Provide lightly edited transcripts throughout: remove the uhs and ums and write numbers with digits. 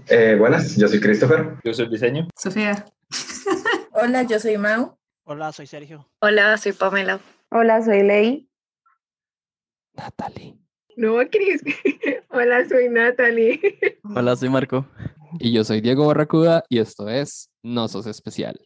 Buenas, yo soy Christopher. Yo soy Diseño. Sofía. Hola, yo soy Mau. Hola, soy Sergio. Hola, soy Pamela. Hola, soy Ley. Natalie. No, Cris. Hola, soy Natalie. Hola, soy Marco. Y yo soy Diego Barracuda y esto es No Sos Especial.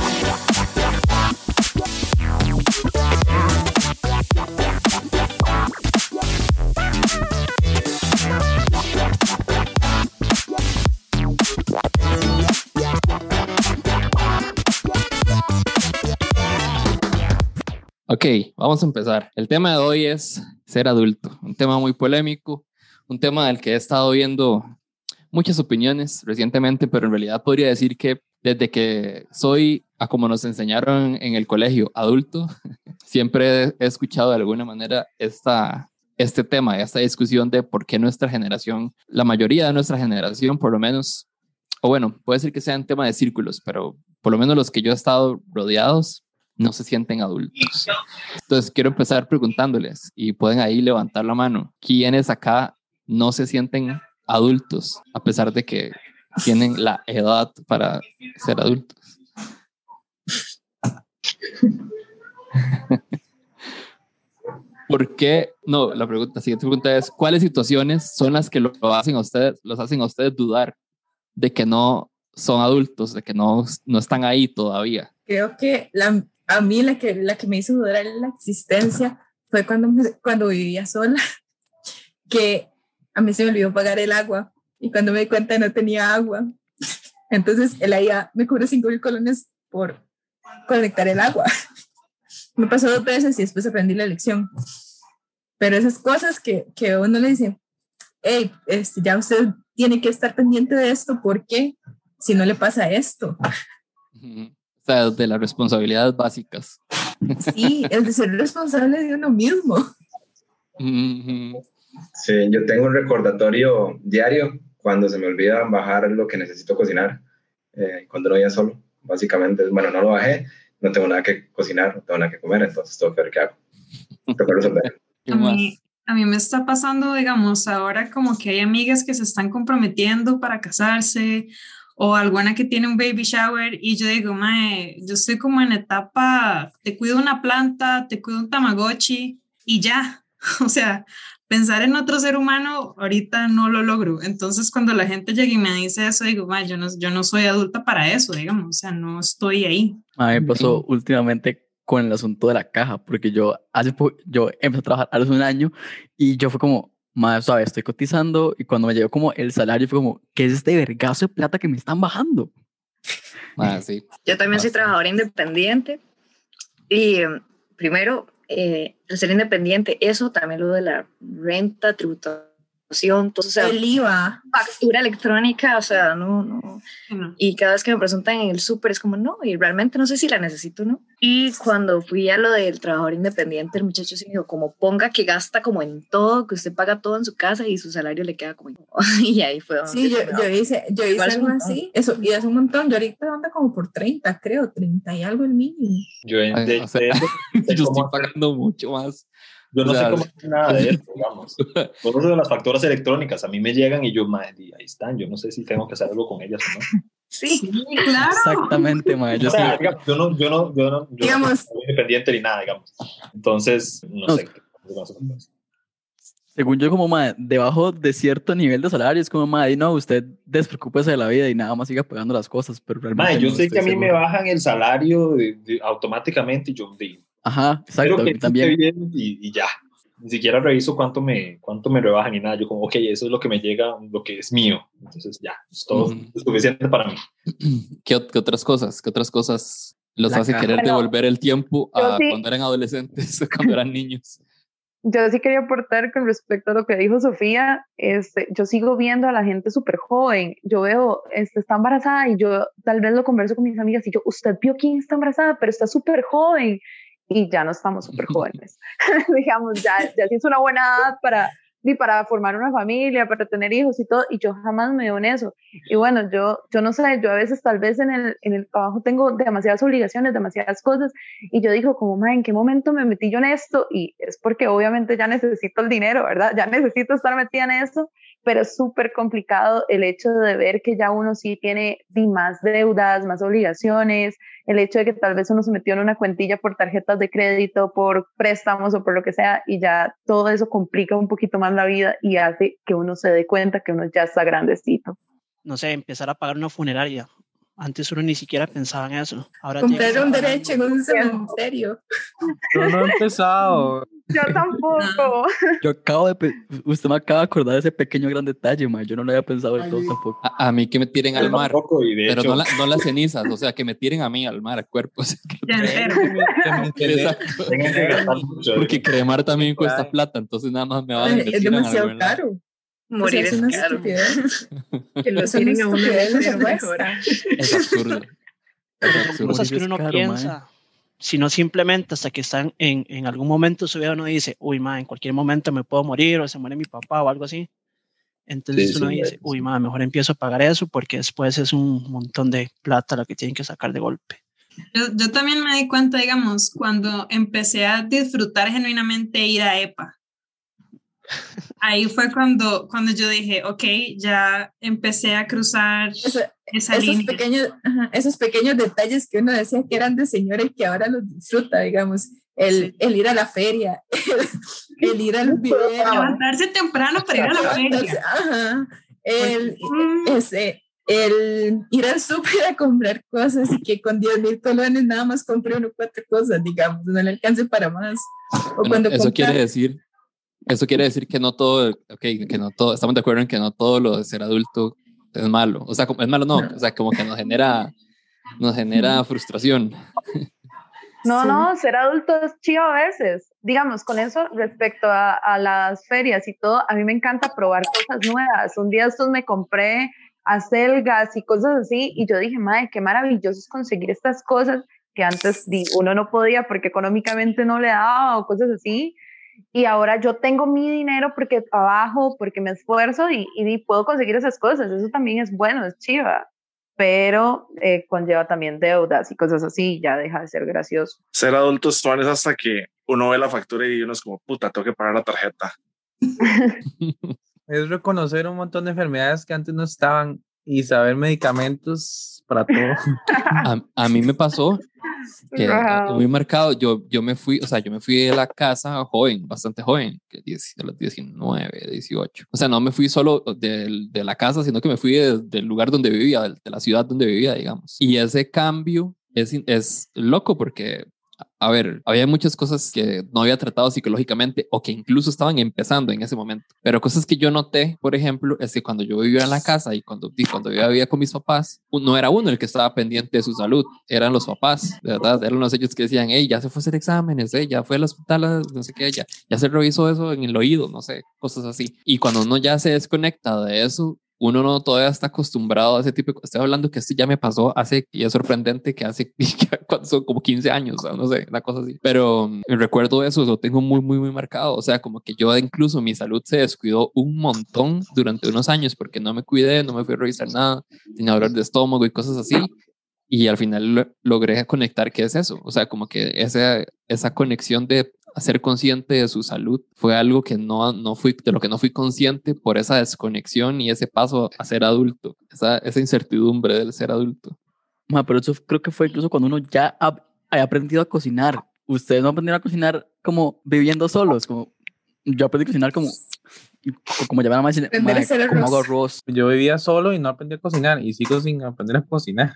Ok, vamos a empezar. El tema de hoy es ser adulto, un tema muy polémico, un tema del que he estado viendo muchas opiniones recientemente, pero en realidad podría decir que desde que soy, a como nos enseñaron en el colegio, adulto, siempre he escuchado de alguna manera este tema, esta discusión de por qué nuestra generación, la mayoría de nuestra generación por lo menos, o bueno, puede ser que sean tema de círculos, pero por lo menos los que yo he estado rodeados, no se sienten adultos. Entonces quiero empezar preguntándoles y pueden ahí levantar la mano. ¿Quiénes acá no se sienten adultos a pesar de que tienen la edad para ser adultos? ¿Por qué? No, la siguiente pregunta es, ¿cuáles situaciones son las que los hacen a ustedes dudar de que no son adultos, de que no están ahí todavía? Creo que a mí la que me hizo dudar en la existencia fue cuando vivía sola, que a mí se me olvidó pagar el agua y cuando me di cuenta no tenía agua. Entonces el AIA me cobró 5,000 colones por conectar el agua. Me pasó 2 veces y después aprendí la lección. Pero esas cosas que uno le dice, hey, ya usted tiene que estar pendiente de esto porque si no le pasa esto. O sea, de las responsabilidades básicas. Sí, es de ser responsable de uno mismo. Sí, yo tengo un recordatorio diario cuando se me olvida bajar lo que necesito cocinar, cuando no voy solo, básicamente. Bueno, no lo bajé, no tengo nada que cocinar, no tengo nada que comer, entonces tengo que ver qué hago. Tengo que resolver. A mí me está pasando, digamos, ahora como que hay amigas que se están comprometiendo para casarse o alguna que tiene un baby shower y yo digo, mae, yo estoy como en etapa, te cuido una planta, te cuido un tamagotchi y ya, o sea, pensar en otro ser humano ahorita no lo logro. Entonces cuando la gente llega y me dice eso, digo, mae, yo no soy adulta para eso, digamos, o sea, no estoy ahí. A mí me pasó últimamente con el asunto de la caja, porque yo empecé a trabajar hace un año y yo fue como, madre, ¿sabes? Estoy cotizando y cuando me llegó como el salario fue como, ¿qué es este vergazo de plata que me están bajando? Sí. Yo también soy trabajadora independiente y primero, el ser independiente, eso también lo de la renta, tributación, todo, o sea, el IVA, factura electrónica, o sea, no. Y cada vez que me presentan en el súper es como, no, y realmente no sé si la necesito o no. Y cuando fui a lo del trabajador independiente, el muchacho se me dijo, como ponga que gasta como en todo, que usted paga todo en su casa y su salario le queda como... Y ahí fue donde... Sí, yo hice algo así, eso, y es un montón. Yo ahorita ando como por 30, creo, 30 y algo el mínimo. Yo estoy pagando mucho más. Yo no sé cómo hacer nada de eso, digamos. Por eso de las facturas electrónicas, a mí me llegan y yo, ahí están, yo no sé si tengo que hacer algo con ellas o no. Sí, claro. Exactamente, madre. Yo no digamos, soy independiente ni nada, digamos. Entonces, no sé. Según yo, como madre, debajo de cierto nivel de salario, es como madre, no, usted despreocúpese de la vida y nada más siga pagando las cosas, pero realmente yo no sé que a mí seguro. me bajan el salario automáticamente y yo digo, ajá, exacto, pero que también. Bien y ya. Ni siquiera reviso cuánto me rebajan ni nada. Yo como, ok, eso es lo que me llega, lo que es mío. Entonces ya, es todo es suficiente para mí. ¿Qué otras cosas los hace querer devolver el tiempo a cuando eran adolescentes o cuando eran niños? Yo sí quería aportar con respecto a lo que dijo Sofía. Yo sigo viendo a la gente súper joven. Yo veo, está embarazada y yo tal vez lo converso con mis amigas y yo, usted vio quién está embarazada, pero está súper joven. Y ya no estamos súper jóvenes. Digamos, ya sí es una buena edad para formar una familia, para tener hijos y todo, y yo jamás me veo en eso. Y bueno, yo no sé, yo a veces tal vez en el trabajo tengo demasiadas obligaciones, demasiadas cosas, y yo digo como, ¿en qué momento me metí yo en esto? Y es porque obviamente ya necesito el dinero, ¿verdad? Ya necesito estar metida en eso, pero es súper complicado el hecho de ver que ya uno sí tiene más deudas, más obligaciones, el hecho de que tal vez uno se metió en una cuentilla por tarjetas de crédito, por préstamos o por lo que sea, y ya todo eso complica un poquito más la vida y hace que uno se dé cuenta que uno ya está grandecito. No sé, empezar a pagar una funeraria. Antes uno ni siquiera pensaba en eso. Ahora comprar un derecho en un cementerio. Yo no he empezado. Yo tampoco. Usted me acaba de acordar de ese pequeño gran detalle, ma. Yo no lo había pensado del todo tampoco. A mí que me tiren al mar, pero hecho, no las cenizas, o sea, que me tiren a mí al mar, al cuerpo. O sea, porque cremar también cuesta plata, entonces nada más me va a decir. Es demasiado caro. Morir es caro. Que lo tienen a uno mejor. Es absurdo. Son cosas que uno no piensa, sino simplemente hasta que están en algún momento su vida uno dice, uy, ma, en cualquier momento me puedo morir o se muere mi papá o algo así. Entonces uno dice, uy, ma, mejor empiezo a pagar eso porque después es un montón de plata la que tienen que sacar de golpe. Yo también me di cuenta, digamos, cuando empecé a disfrutar genuinamente ir a EPA. Ahí fue cuando yo dije, ok, ya empecé a cruzar esa línea. Esos pequeños detalles que uno decía que eran de señora y que ahora los disfruta, digamos. El ir a la feria, el ir al video. Levantarse temprano para ir a la feria. Ajá. El ir al súper a comprar cosas y que con 10,000 colones nada más compré 4 cosas, digamos, no le alcance para más. O bueno, eso quiere decir que no todo, que no todo, estamos de acuerdo en que no todo lo de ser adulto es malo. O sea, es malo no, o sea, como que nos genera frustración. No, ser adulto es chido a veces. Digamos, con eso respecto a las ferias y todo, a mí me encanta probar cosas nuevas. Un día estos me compré acelgas y cosas así y yo dije, madre, qué maravilloso es conseguir estas cosas que antes uno no podía porque económicamente no le daba o cosas así. Y ahora yo tengo mi dinero porque trabajo, porque me esfuerzo y puedo conseguir esas cosas. Eso también es bueno, es chiva, pero conlleva también deudas y cosas así y ya deja de ser gracioso. Ser adulto es hasta que uno ve la factura y uno es como, puta, tengo que pagar la tarjeta. Es reconocer un montón de enfermedades que antes no estaban y saber medicamentos para todo. A mí me pasó que muy marcado, yo me fui de la casa joven, bastante joven, a los 19, 18. O sea, no me fui solo de la casa, sino que me fui del lugar donde vivía, de la ciudad donde vivía, digamos. Y ese cambio es loco porque, a ver, había muchas cosas que no había tratado psicológicamente o que incluso estaban empezando en ese momento. Pero cosas que yo noté, por ejemplo, es que cuando yo vivía en la casa y cuando yo vivía con mis papás, no era uno el que estaba pendiente de su salud, eran los papás, de verdad, eran los ellos que decían, hey, ya se fue a hacer exámenes, ya fue al hospital, no sé qué, ya se revisó eso en el oído, no sé, cosas así. Y cuando uno ya se desconecta de eso, uno no todavía está acostumbrado a ese tipo de cosas. Estoy hablando que esto ya me pasó y es sorprendente que hace son como 15 años, no sé, una cosa así. Pero recuerdo eso, lo tengo muy, muy, muy marcado. O sea, como que yo incluso mi salud se descuidó un montón durante unos años porque no me cuidé, no me fui a revisar nada, tenía dolor de estómago y cosas así. Y al final logré conectar qué es eso. O sea, como que esa conexión de ser consciente de su salud fue algo que de lo que no fui consciente por esa desconexión y ese paso a ser adulto, esa incertidumbre del ser adulto. Pero eso creo que fue incluso cuando uno ya ha aprendido a cocinar. Ustedes no aprendieron a cocinar como viviendo solos, como yo aprendí a cocinar como llamar a decir, como hago arroz. Yo vivía solo y no aprendí a cocinar y sigo sin aprender a cocinar.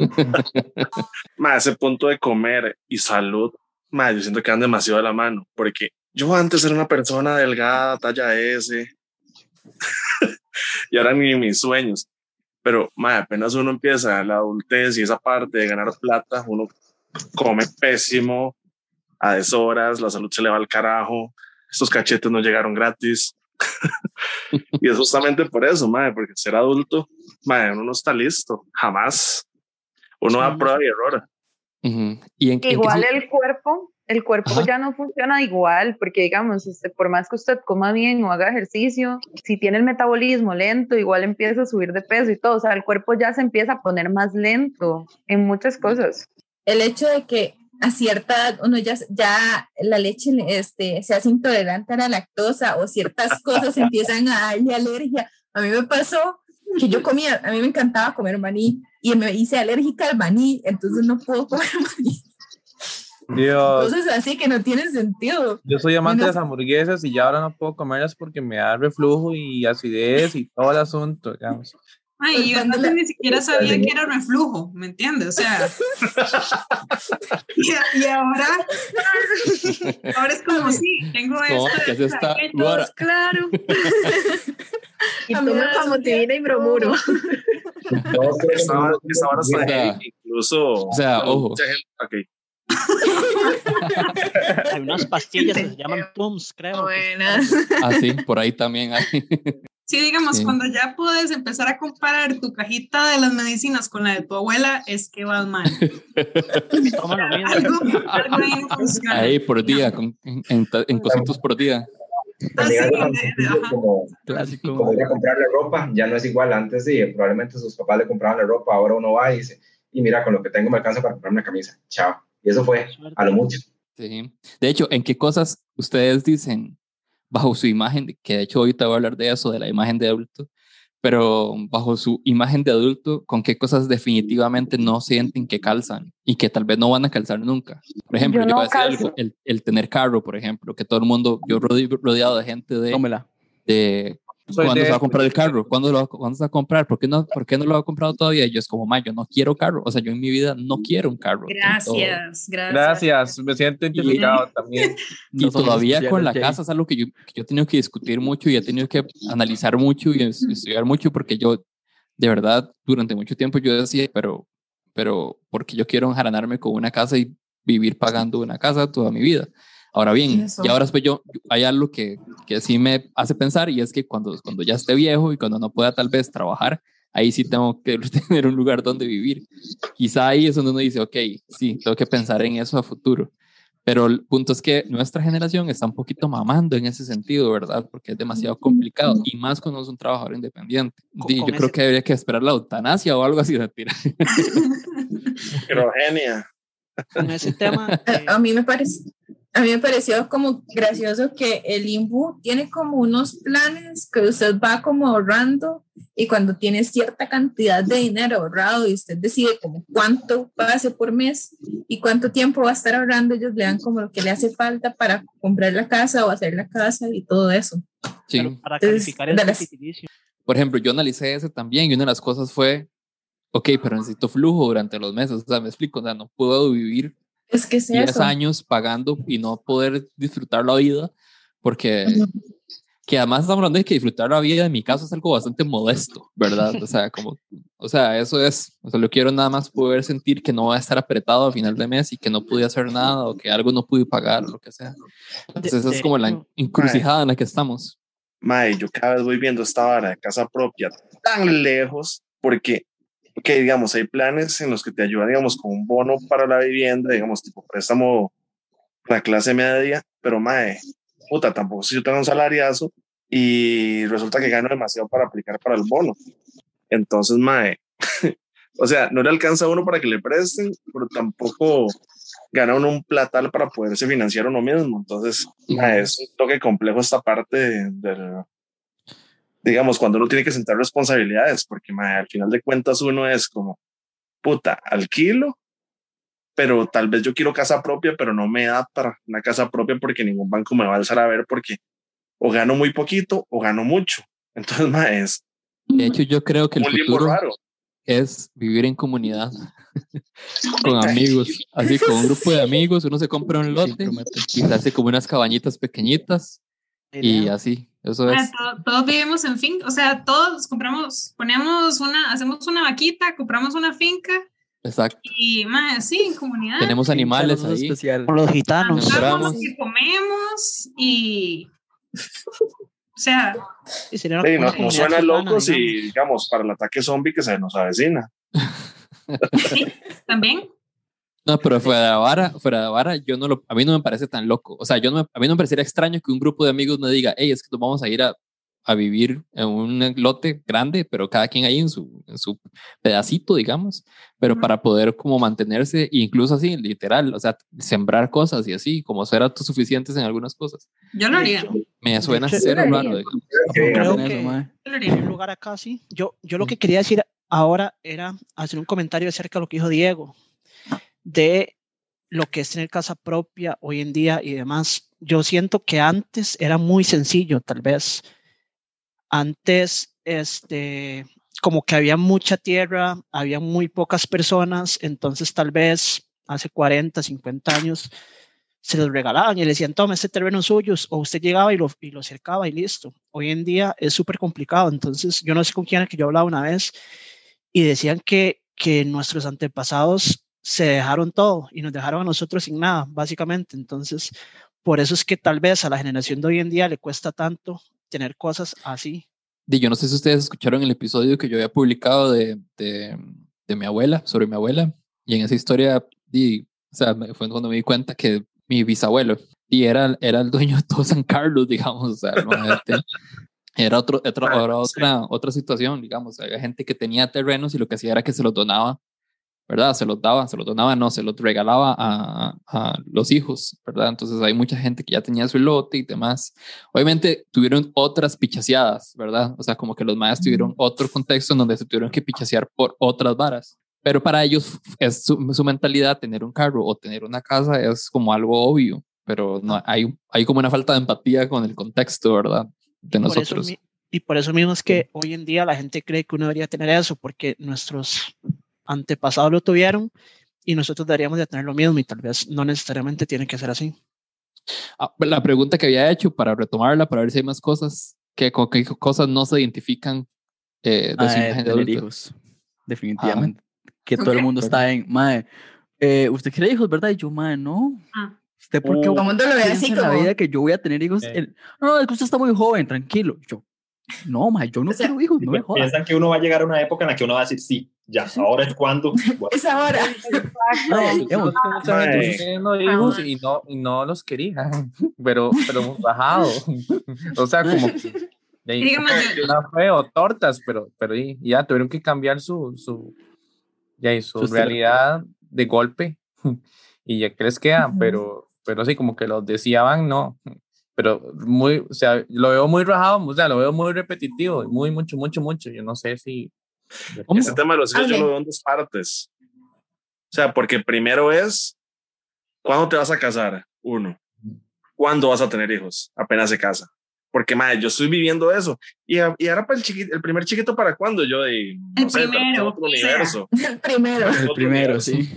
Ese punto de comer y salud, yo siento que van demasiado de la mano, porque yo antes era una persona delgada, talla S, y ahora ni mis sueños, pero apenas uno empieza la adultez y esa parte de ganar plata, uno come pésimo, a deshoras, la salud se le va al carajo, estos cachetes no llegaron gratis, y es justamente por eso, porque ser adulto, uno no está listo, jamás, uno da prueba y error. Uh-huh. Igual el cuerpo ya no funciona igual, porque digamos, por más que usted coma bien o haga ejercicio, si tiene el metabolismo lento, igual empieza a subir de peso y todo, o sea, el cuerpo ya se empieza a poner más lento en muchas cosas. El hecho de que a cierta edad uno ya la leche se hace intolerante a la lactosa o ciertas cosas empiezan a darle alergia. A mí me pasó que a mí me encantaba comer maní y me hice alérgica al maní, entonces no puedo comer maní. Dios. Cosas así que no tienen sentido. Yo soy amante de las hamburguesas y ya ahora no puedo comerlas porque me da reflujo y acidez y todo el asunto, digamos. Ay, yo ni siquiera sabía que era reflujo, ¿me entiendes? O sea, y ahora es como, sí, tengo esto. Claro. Y toma Famotivina y bromuro. Esta hora está incluso. O sea, ojo. Okay. Hay unas pastillas que se llaman Tums, creo. Buenas. Ah, sí, por ahí también hay. Sí, digamos, cuando ya puedes empezar a comparar tu cajita de las medicinas con la de tu abuela, es que vas mal. Algo ahí no funciona. Ahí por día, en cositos por día. Como ir a comprarle ropa, ya no es igual. Antes sí, probablemente sus papás le compraban la ropa, ahora uno va y dice, y mira, con lo que tengo me alcanza para comprarme una camisa, chao. Y eso fue a lo mucho. Sí. De hecho, ¿en qué cosas ustedes dicen, bajo su imagen, que de hecho ahorita voy a hablar de eso, de la imagen de adulto, pero bajo su imagen de adulto, con qué cosas definitivamente no sienten que calzan y que tal vez no van a calzar nunca? Por ejemplo, yo voy a decir algo, el tener carro, por ejemplo, que todo el mundo, yo rodeado de gente de ¿cuándo se va a comprar el carro? ¿Cuándo se va a comprar? ¿Por qué no lo ha comprado todavía? Y yo es como, yo no quiero carro. O sea, yo en mi vida no quiero un carro. Gracias. Me siento identificado también. Y todavía con la casa es algo que yo he tenido que discutir mucho y he tenido que analizar mucho y estudiar mucho porque yo, de verdad, durante mucho tiempo yo decía, pero porque yo quiero enjaranarme con una casa y vivir pagando una casa toda mi vida. Ahora bien, y ahora después hay algo que sí me hace pensar y es que cuando ya esté viejo y cuando no pueda tal vez trabajar, ahí sí tengo que tener un lugar donde vivir. Quizá ahí es donde uno dice, ok, sí, tengo que pensar en eso a futuro. Pero el punto es que nuestra generación está un poquito mamando en ese sentido, ¿verdad? Porque es demasiado complicado y más cuando es un trabajador independiente. Y yo creo que habría que esperar la eutanasia o algo así, retira. Microgenia. Con ese tema. A mí me pareció como gracioso que el INBU tiene como unos planes que usted va como ahorrando y cuando tiene cierta cantidad de dinero ahorrado y usted decide como cuánto va a hacer por mes y cuánto tiempo va a estar ahorrando, ellos le dan como lo que le hace falta para comprar la casa o hacer la casa y todo eso. Sí. Pero para calificar el beneficio. Por ejemplo, yo analicé ese también y una de las cosas fue, ok, pero necesito flujo durante los meses, o sea, me explico, o sea, no puedo vivir 10 años pagando y no poder disfrutar la vida, porque que además estamos hablando de que disfrutar la vida en mi caso es algo bastante modesto, ¿verdad? O sea, eso es, o sea, lo quiero nada más poder sentir que no va a estar apretado al final de mes y que no pude hacer nada o que algo no pude pagar o lo que sea. Entonces esa es como la encrucijada en la que estamos. Mae, yo cada vez voy viendo esta vara de casa propia tan lejos porque digamos, hay planes en los que te ayudan, digamos, con un bono para la vivienda, digamos, tipo préstamo para clase media, pero mae, puta, tampoco si yo tengo un salariazo y resulta que gano demasiado para aplicar para el bono. Entonces, mae, o sea, no le alcanza a uno para que le presten, pero tampoco gana uno un platal para poderse financiar uno mismo. Entonces, mae, es un toque complejo esta parte del digamos, cuando uno tiene que sentar responsabilidades, porque al final de cuentas uno es como, puta, alquilo, pero tal vez yo quiero casa propia, pero no me da para una casa propia porque ningún banco me va a alzar a ver porque o gano muy poquito o gano mucho. Entonces, de hecho, yo creo que el futuro es vivir en comunidad, con amigos, así con un grupo de amigos, uno se compra un lote y se hace como unas cabañitas pequeñitas y así. Eso es. Todos vivimos en finca, o sea, todos hacemos una vaquita, compramos una finca. Exacto. Y sí, en comunidad. Tenemos animales ahí. Especial. Con los gitanos. Compramos lo que comemos y... O sea... no suena loco si, digamos, para el ataque zombie que se nos avecina. Sí, también. No, pero fuera de la vara, a mí no me parece tan loco. O sea, a mí no me parecería extraño que un grupo de amigos me diga, hey, es que nos vamos a ir a a vivir en un lote grande, pero cada quien ahí en su pedacito, digamos, pero para poder como mantenerse, incluso así, literal, o sea, sembrar cosas y así, como ser autosuficientes en algunas cosas. Yo lo haría. Me suena cero raro, digamos. Creo que hay un lugar acá, sí. Yo lo que quería decir ahora era hacer un comentario acerca de lo que dijo Diego, de lo que es tener casa propia hoy en día y demás. Yo siento que antes era muy sencillo, tal vez. Antes, como que había mucha tierra, había muy pocas personas, entonces tal vez hace 40, 50 años se los regalaban y le decían, toma, este terreno es suyo, o usted llegaba y lo cercaba y listo. Hoy en día es súper complicado, entonces yo no sé con quién era que yo hablaba una vez y decían que nuestros antepasados se dejaron todo y nos dejaron a nosotros sin nada, básicamente. Entonces, por eso es que tal vez a la generación de hoy en día le cuesta tanto tener cosas así. Yo no sé si ustedes escucharon el episodio que yo había publicado de mi abuela, sobre mi abuela, y en esa historia, o sea, fue cuando me di cuenta que mi bisabuelo era el dueño de todo San Carlos, digamos, o sea, no, era otra situación, digamos. Había gente que tenía terrenos y lo que hacía era que se los donaba, ¿verdad? Se los regalaba a los hijos, ¿verdad? Entonces hay mucha gente que ya tenía su lote y demás. Obviamente tuvieron otras pichaseadas, ¿verdad? O sea, como que los mayas tuvieron otro contexto en donde se tuvieron que pichasear por otras varas. Pero para ellos es su mentalidad, tener un carro o tener una casa es como algo obvio, pero no, hay como una falta de empatía con el contexto, ¿verdad? De nosotros. Y por eso mismo es que hoy en día la gente cree que uno debería tener eso, porque nuestros antepasados lo tuvieron y nosotros deberíamos de tener lo mismo y tal vez no necesariamente tiene que ser así. La pregunta que había hecho para retomarla, para ver si hay más cosas, con qué cosas no se identifican de su imagen de adulto. Hijos, definitivamente. Que todo el mundo está en, mae, usted quiere hijos, ¿verdad? Y yo, mae, no. ¿Usted por qué todo el mundo lo ve así en la vida que yo voy a tener hijos? No, es que usted está muy joven, tranquilo. Yo, no, mae, yo no quiero hijos, no me jodas. Piensan que uno va a llegar a una época en la que uno va a decir, sí, ya, ahora es cuando. Bueno. Es ahora. Teniendo hijos y no los quería, pero bajado. O sea, como no feo, tortas, pero ya tuvieron que cambiar su realidad de golpe y ya que les queda, pero sí, como que los deseaban, no. Pero o sea, lo veo muy rajado, o sea, lo veo muy repetitivo, mucho. Yo no sé si... Ese tema de los hijos yo lo veo en dos partes. O sea, porque primero es, ¿cuándo te vas a casar? Uno. ¿Cuándo vas a tener hijos? Apenas se casa. Porque, madre, yo estoy viviendo eso. Y ahora para el primer chiquito, ¿para cuándo? Yo de, no sé, primero, otro universo. El primero, sí.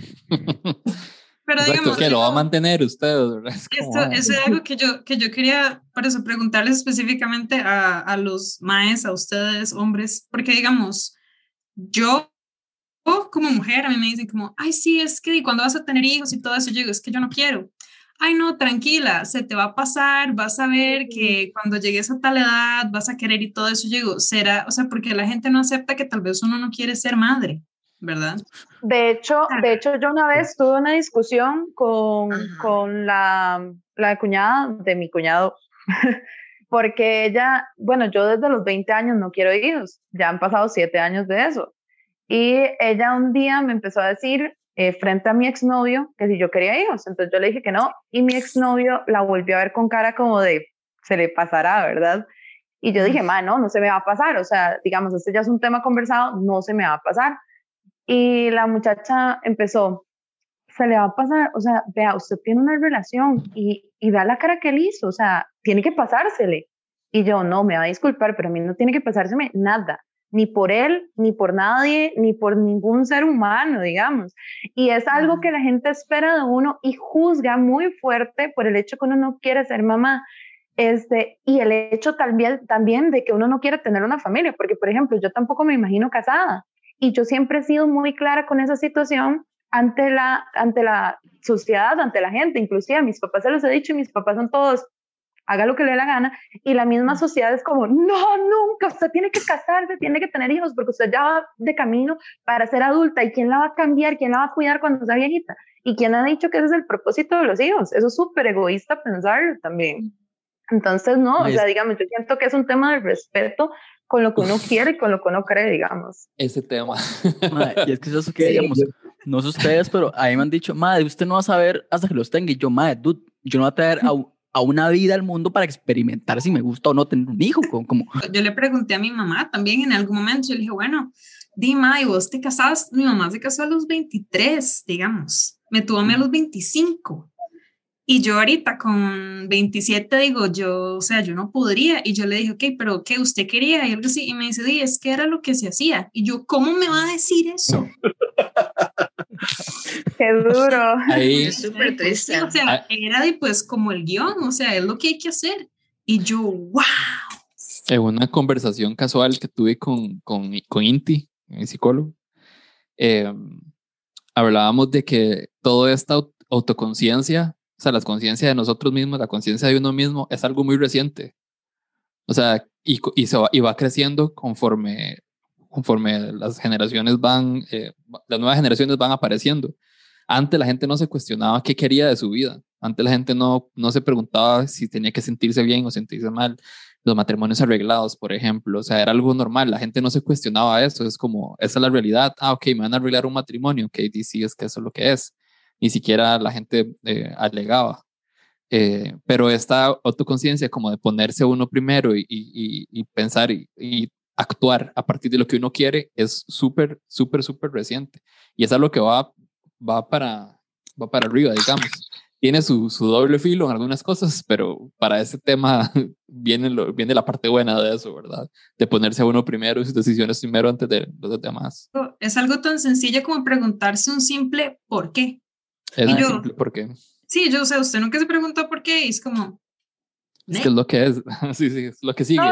Pero digamos que lo va a mantener usted, ¿verdad? Esto es algo que yo quería, por eso, preguntarles específicamente a los maes, a ustedes, hombres, porque digamos, yo como mujer, a mí me dicen como, ay, sí, es que ¿cuándo vas a tener hijos y todo eso? Yo digo, es que yo no quiero. Ay, no, tranquila, se te va a pasar, vas a ver que cuando llegues a tal edad vas a querer y todo eso. Yo digo, será, o sea, porque la gente no acepta que tal vez uno no quiere ser madre, ¿verdad? De hecho, yo una vez tuve una discusión con la cuñada de mi cuñado, porque ella, bueno, yo desde los 20 años no quiero hijos, ya han pasado 7 años de eso, y ella un día me empezó a decir, frente a mi exnovio, que si yo quería hijos, entonces yo le dije que no, y mi exnovio la volvió a ver con cara como de, se le pasará, ¿verdad? Y yo dije, no se me va a pasar, o sea, digamos, este ya es un tema conversado, no se me va a pasar. Y la muchacha empezó, se le va a pasar, o sea, vea, usted tiene una relación y da la cara que él hizo, o sea, tiene que pasársele. Y yo, no, me va a disculpar, pero a mí no tiene que pasárseme nada, ni por él, ni por nadie, ni por ningún ser humano, digamos. Y es algo que la gente espera de uno y juzga muy fuerte por el hecho que uno no quiere ser mamá. Y el hecho también de que uno no quiere tener una familia, porque, por ejemplo, yo tampoco me imagino casada. Y yo siempre he sido muy clara con esa situación ante la sociedad, ante la gente, inclusive a mis papás se los he dicho y mis papás son todos, haga lo que le dé la gana, y la misma sociedad es como, no, nunca, usted tiene que casarse, tiene que tener hijos, porque usted ya va de camino para ser adulta, ¿y quién la va a cambiar? ¿Quién la va a cuidar cuando sea viejita? ¿Y quién ha dicho que ese es el propósito de los hijos? Eso es súper egoísta pensarlo también. Entonces, no, o sea, digamos, yo siento que es un tema de respeto con lo que uno quiere y con lo que uno cree, digamos. Ese tema. Y es que es eso que, digamos, no sé ustedes, pero a mí me han dicho, madre, usted no va a saber hasta que los tenga. Y yo, madre, dude, yo no voy a traer a una vida al mundo para experimentar si me gusta o no tener un hijo. Como... Yo le pregunté a mi mamá también en algún momento, yo le dije, bueno, dime, ¿y vos te casaste? Mi mamá se casó a los 23, digamos, me tuvo a mí a los 25. Y yo ahorita con 27 digo, o sea, yo no podría. Y yo le dije, ok, pero ¿qué usted quería? Y algo así. Y me dice, sí, es que era lo que se hacía. Y yo, ¿cómo me va a decir eso? Qué duro. Ahí es súper triste. O sea, era pues como el guión, o sea, es lo que hay que hacer. Y yo, wow. En una conversación casual que tuve con Inti, mi psicólogo, hablábamos de que toda esta autoconciencia, o sea, la conciencia de nosotros mismos, la conciencia de uno mismo, es algo muy reciente. O sea, y va creciendo conforme las generaciones las nuevas generaciones van apareciendo. Antes la gente no se cuestionaba qué quería de su vida. Antes la gente no se preguntaba si tenía que sentirse bien o sentirse mal. Los matrimonios arreglados, por ejemplo, o sea, era algo normal. La gente no se cuestionaba eso. Es como, esa es la realidad. Ok, me van a arreglar un matrimonio. Ok, sí, es que eso es lo que es. Ni siquiera la gente alegaba. Pero esta autoconciencia como de ponerse uno primero y pensar y actuar a partir de lo que uno quiere es súper, súper, súper reciente. Y es algo que va para arriba, digamos. Tiene su doble filo en algunas cosas, pero para ese tema viene la parte buena de eso, ¿verdad? De ponerse a uno primero y sus decisiones primero antes de los demás. Es algo tan sencillo como preguntarse un simple ¿por qué? Es un simple ¿por qué? Sí, yo sé, usted nunca se preguntó por qué y es como... Es que es lo que es, sí, es lo que sigue. No,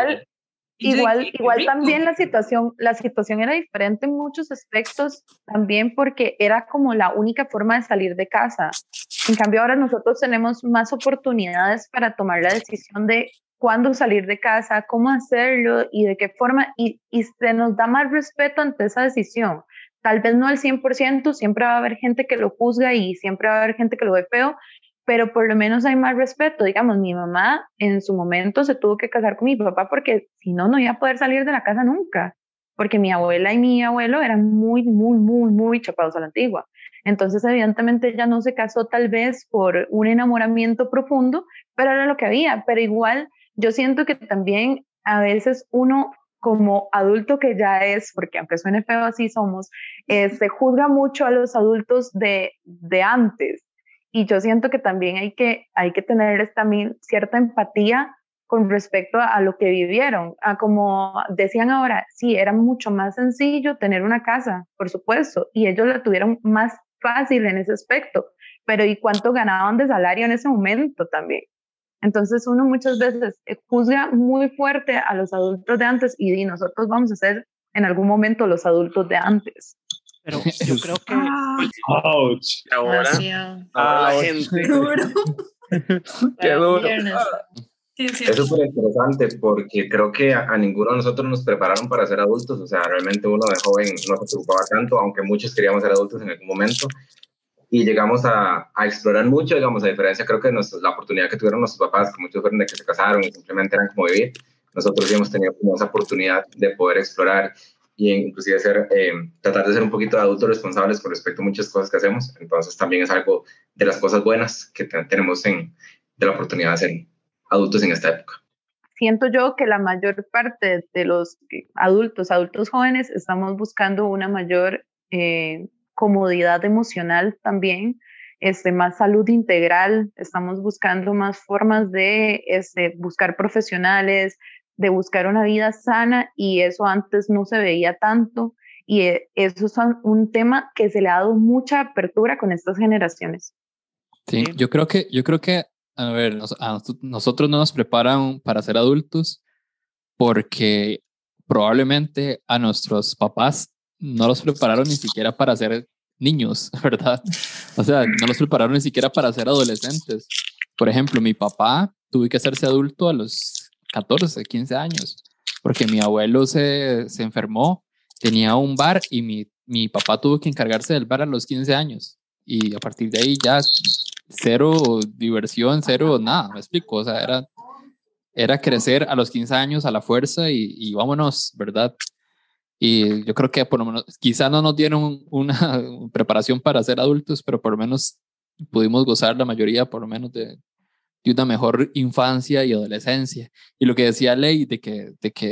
igual también la situación era diferente en muchos aspectos, también porque era como la única forma de salir de casa. En cambio ahora nosotros tenemos más oportunidades para tomar la decisión de cuándo salir de casa, cómo hacerlo y de qué forma, y se nos da más respeto ante esa decisión. Tal vez no al 100%, siempre va a haber gente que lo juzga y siempre va a haber gente que lo ve feo, pero por lo menos hay más respeto. Digamos, mi mamá en su momento se tuvo que casar con mi papá porque si no, no iba a poder salir de la casa nunca, porque mi abuela y mi abuelo eran muy, muy, muy, muy chapados a la antigua. Entonces, evidentemente, ella no se casó tal vez por un enamoramiento profundo, pero era lo que había. Pero igual, yo siento que también a veces uno como adulto que ya es, porque aunque suene feo así somos, se juzga mucho a los adultos de antes. Y yo siento que también hay que tenerles también cierta empatía con respecto a lo que vivieron. Como decían ahora, sí, era mucho más sencillo tener una casa, por supuesto, y ellos la tuvieron más fácil en ese aspecto, pero ¿y cuánto ganaban de salario en ese momento también? Entonces uno muchas veces juzga muy fuerte a los adultos de antes y nosotros vamos a ser en algún momento los adultos de antes. Pero yo creo que... ¡Ouch! Ahora la gente... ¡Qué duro! Es súper interesante porque creo que a ninguno de nosotros nos prepararon para ser adultos. O sea, realmente uno de joven no se preocupaba tanto, aunque muchos queríamos ser adultos en algún momento. Y llegamos a explorar mucho, digamos, a diferencia creo que la oportunidad que tuvieron nuestros papás, que muchos fueron de que se casaron y simplemente eran como vivir, nosotros sí hemos tenido como esa oportunidad de poder explorar y inclusive tratar de ser un poquito de adultos responsables con respecto a muchas cosas que hacemos. Entonces también es algo de las cosas buenas que tenemos de la oportunidad de ser adultos en esta época. Siento yo que la mayor parte de los adultos jóvenes estamos buscando una mayor comodidad emocional también, más salud integral, estamos buscando más formas de buscar profesionales, de buscar una vida sana, y eso antes no se veía tanto, y eso es un tema que se le ha dado mucha apertura con estas generaciones. Sí, yo creo que a ver, nosotros no nos preparan para ser adultos porque probablemente a nuestros papás no los prepararon ni siquiera para ser niños, ¿verdad? O sea, no los prepararon ni siquiera para ser adolescentes. Por ejemplo, mi papá tuvo que hacerse adulto a los 14, 15 años, porque mi abuelo se enfermó, tenía un bar y mi papá tuvo que encargarse del bar a los 15 años. Y a partir de ahí ya cero diversión, cero nada, me explico. O sea, era crecer a los 15 años a la fuerza y vámonos, ¿verdad? Y yo creo que por lo menos, quizá no nos dieron una preparación para ser adultos, pero por lo menos pudimos gozar la mayoría, por lo menos, de una mejor infancia y adolescencia. Y lo que decía Ley, de que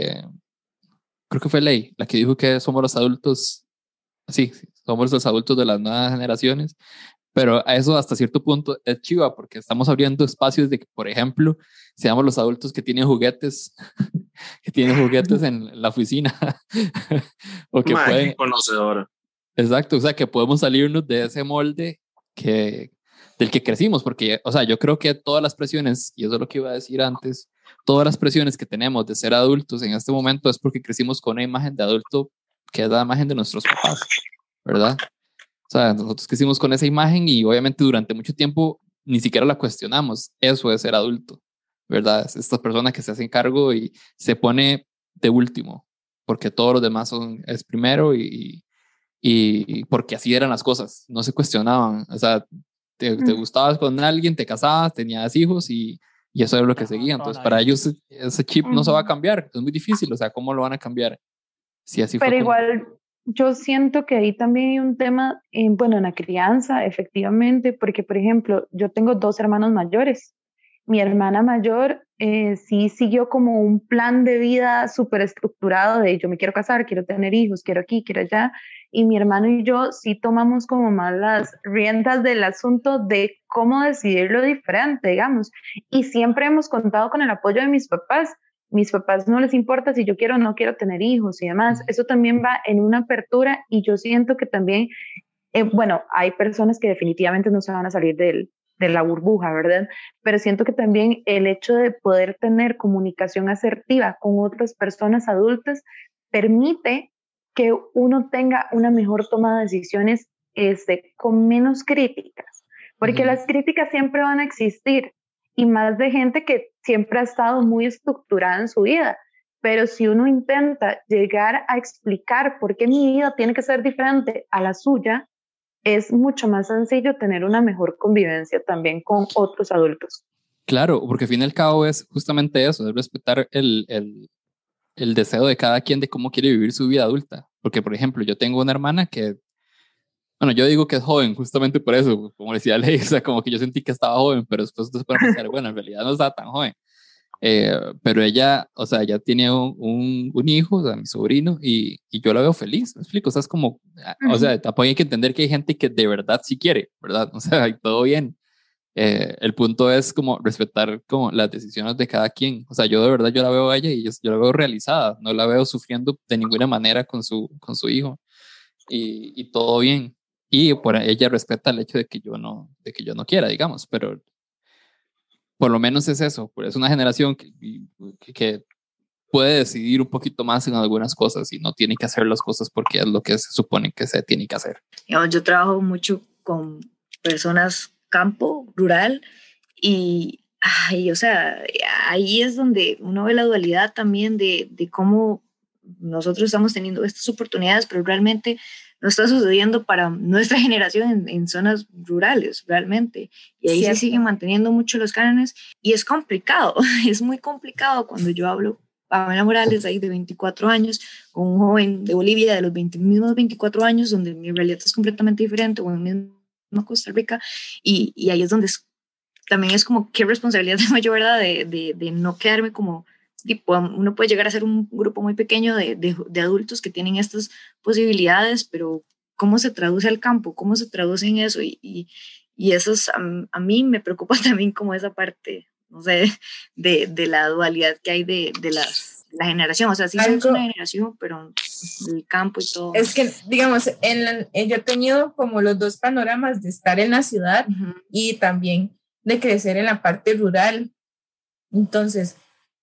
creo que fue Ley, la que dijo que somos los adultos, sí, somos los adultos de las nuevas generaciones, pero a eso hasta cierto punto es chiva, porque estamos abriendo espacios de que, por ejemplo, seamos los adultos que tienen juguetes, que tienen juguetes en la oficina, o que pueden... conocedora. Exacto, o sea, que podemos salirnos de ese molde del que crecimos, porque, o sea, yo creo que todas las presiones, y eso es lo que iba a decir antes, todas las presiones que tenemos de ser adultos en este momento es porque crecimos con una imagen de adulto que es la imagen de nuestros papás, ¿verdad? O sea, nosotros crecimos con esa imagen y obviamente durante mucho tiempo ni siquiera la cuestionamos. Eso es ser adulto, ¿verdad? Es esta persona que se hace cargo y se pone de último, porque todos los demás es primero y porque así eran las cosas, no se cuestionaban. O sea, te gustabas con alguien, te casabas, tenías hijos y eso era lo que seguía. Entonces, para ellos ese chip no se va a cambiar. Es muy difícil. O sea, ¿cómo lo van a cambiar? Si así pero fue igual, yo siento que ahí también hay un tema, bueno, en la crianza, efectivamente, porque, por ejemplo, yo tengo 2 hermanos mayores. Mi hermana mayor sí siguió como un plan de vida súper estructurado de yo me quiero casar, quiero tener hijos, quiero aquí, quiero allá. Y mi hermano y yo sí tomamos como más las riendas del asunto de cómo decidirlo diferente, digamos. Y siempre hemos contado con el apoyo de mis papás. Mis papás no les importa si yo quiero o no quiero tener hijos y demás. Eso también va en una apertura y yo siento que también, bueno, hay personas que definitivamente no se van a salir de la burbuja, ¿verdad? Pero siento que también el hecho de poder tener comunicación asertiva con otras personas adultas permite que uno tenga una mejor toma de decisiones con menos críticas, porque las críticas siempre van a existir y más de gente que siempre ha estado muy estructurada en su vida, pero si uno intenta llegar a explicar por qué mi vida tiene que ser diferente a la suya, es mucho más sencillo tener una mejor convivencia también con otros adultos. Claro, porque al fin y al cabo es justamente eso, es respetar el deseo de cada quien de cómo quiere vivir su vida adulta. Porque, por ejemplo, yo tengo una hermana que, bueno, yo digo que es joven justamente por eso, como decía Ley, o sea, como que yo sentí que estaba joven, pero después ustedes pueden pensar, bueno, en realidad no estaba tan joven. Pero ella, o sea, ya tiene un hijo, o sea, mi sobrino, y yo la veo feliz, ¿me explico? O sea, es como, o sea, tampoco hay que entender que hay gente que de verdad sí quiere, ¿verdad? O sea, y todo bien. El punto es como respetar como las decisiones de cada quien. O sea, yo de verdad yo la veo a ella y yo la veo realizada, no la veo sufriendo de ninguna manera con su hijo y todo bien. Y por ella respeta el hecho de que yo no quiera, digamos, pero por lo menos es eso, es una generación que puede decidir un poquito más en algunas cosas y no tiene que hacer las cosas porque es lo que se supone que se tiene que hacer. Yo trabajo mucho con personas campo, rural, y o sea, ahí es donde uno ve la dualidad también de cómo nosotros estamos teniendo estas oportunidades, pero realmente no está sucediendo para nuestra generación en zonas rurales, realmente. Y ahí se siguen manteniendo mucho los cánones y es complicado, es muy complicado cuando yo hablo Pamela Morales, ahí de 24 años, con un joven de Bolivia de los mismos 24 años, donde mi realidad es completamente diferente, o en mismo Costa Rica, y ahí es donde también es como qué responsabilidad tengo yo, ¿verdad? De no quedarme como, tipo, uno puede llegar a ser un grupo muy pequeño de adultos que tienen estas posibilidades, pero ¿cómo se traduce al campo? ¿Cómo se traduce en eso? Y eso es, a mí me preocupa también como esa parte, no sé, de la dualidad que hay de la generación. O sea, sí somos una generación, pero el campo y todo. Es que, digamos, yo he tenido como los 2 panoramas de estar en la ciudad y también de crecer en la parte rural. Entonces,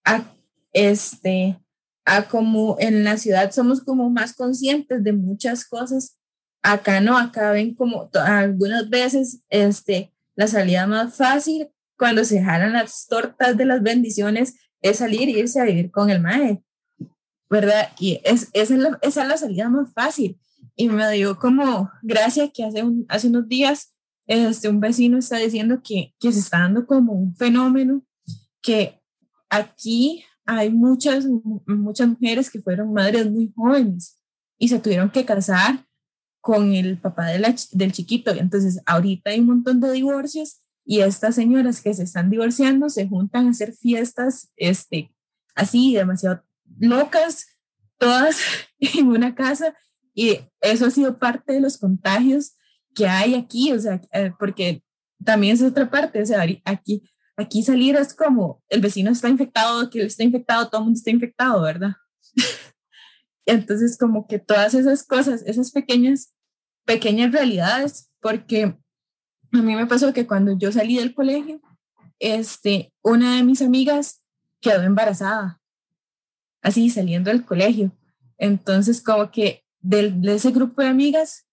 como en la ciudad somos como más conscientes de muchas cosas, acá no, acá ven como algunas veces la salida más fácil cuando se jalan las tortas de las bendiciones es salir e irse a vivir con el mae, ¿verdad? Y esa es la salida más fácil. Y me dio como gracia que hace unos días un vecino está diciendo que se está dando como un fenómeno que aquí hay muchas mujeres que fueron madres muy jóvenes y se tuvieron que casar con el papá del chiquito. Entonces, ahorita hay un montón de divorcios y estas señoras que se están divorciando se juntan a hacer fiestas así demasiado locas, todas en una casa, y eso ha sido parte de los contagios que hay aquí, o sea, porque también es otra parte, o sea, aquí salir es como el vecino está infectado, que él está infectado, todo el mundo está infectado, ¿verdad? Entonces, como que todas esas cosas, esas pequeñas realidades, porque a mí me pasó que cuando yo salí del colegio, una de mis amigas quedó embarazada, así saliendo del colegio. Entonces, como que de ese grupo de amigas,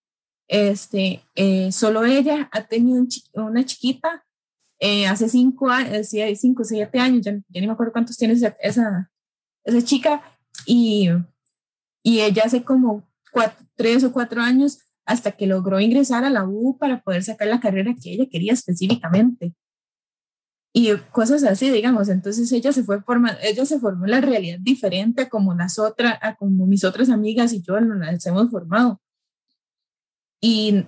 solo ella ha tenido una chiquita hace 5 años, 5 o 7 años, ya ni me acuerdo cuántos tiene esa chica, y ella hace como 3 o 4 años hasta que logró ingresar a la U para poder sacar la carrera que ella quería específicamente. Y cosas así, digamos. Entonces ella se formó en la realidad diferente a como mis otras amigas y yo nos hemos formado. Y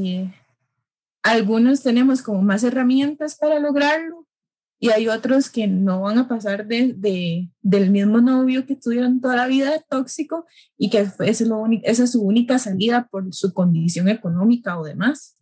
algunos tenemos como más herramientas para lograrlo, y hay otros que no van a pasar del mismo novio que tuvieron toda la vida tóxico, y que esa es su única salida por su condición económica o demás.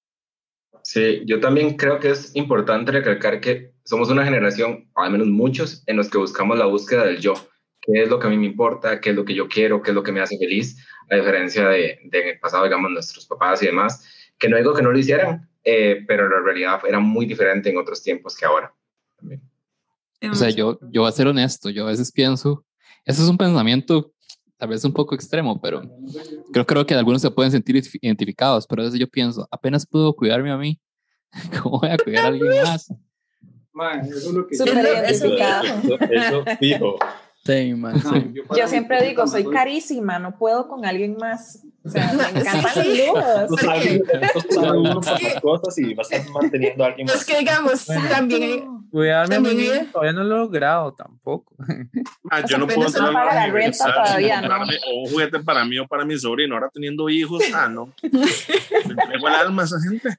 Sí, yo también creo que es importante recalcar que somos una generación, o al menos muchos, en los que buscamos la búsqueda del yo. ¿Qué es lo que a mí me importa? ¿Qué es lo que yo quiero? ¿Qué es lo que me hace feliz? A diferencia de en el pasado, digamos, nuestros papás y demás, que no digo que no lo hicieran, pero la realidad era muy diferente en otros tiempos que ahora. También. O sea, yo voy a ser honesto, yo a veces pienso, eso es un pensamiento tal vez un poco extremo, pero creo que algunos se pueden sentir identificados, pero a veces yo pienso, apenas puedo cuidarme a mí, ¿cómo voy a cuidar a alguien más? Man, eso es lo que eso fijo. Sí, man, sí. Yo siempre digo, soy carísima, no puedo con alguien más. O sea, me encantan los lujos. Cosas y vas a estar manteniendo a alguien más. Es que digamos, también cuidarme a mí todavía no lo he logrado tampoco. Yo no puedo entrar a la renta todavía, ¿no? O un juguete para mí o para mi sobrino, ahora teniendo hijos, no. Me entrego el alma a esa gente.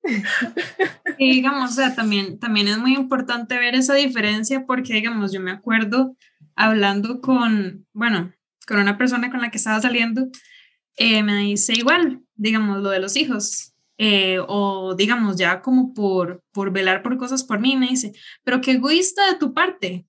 Y digamos, o sea, también es muy importante ver esa diferencia, porque digamos, yo me acuerdo hablando con una persona con la que estaba saliendo, me dice igual, digamos, lo de los hijos, o digamos, ya como por velar por cosas por mí, me dice, pero qué egoísta de tu parte.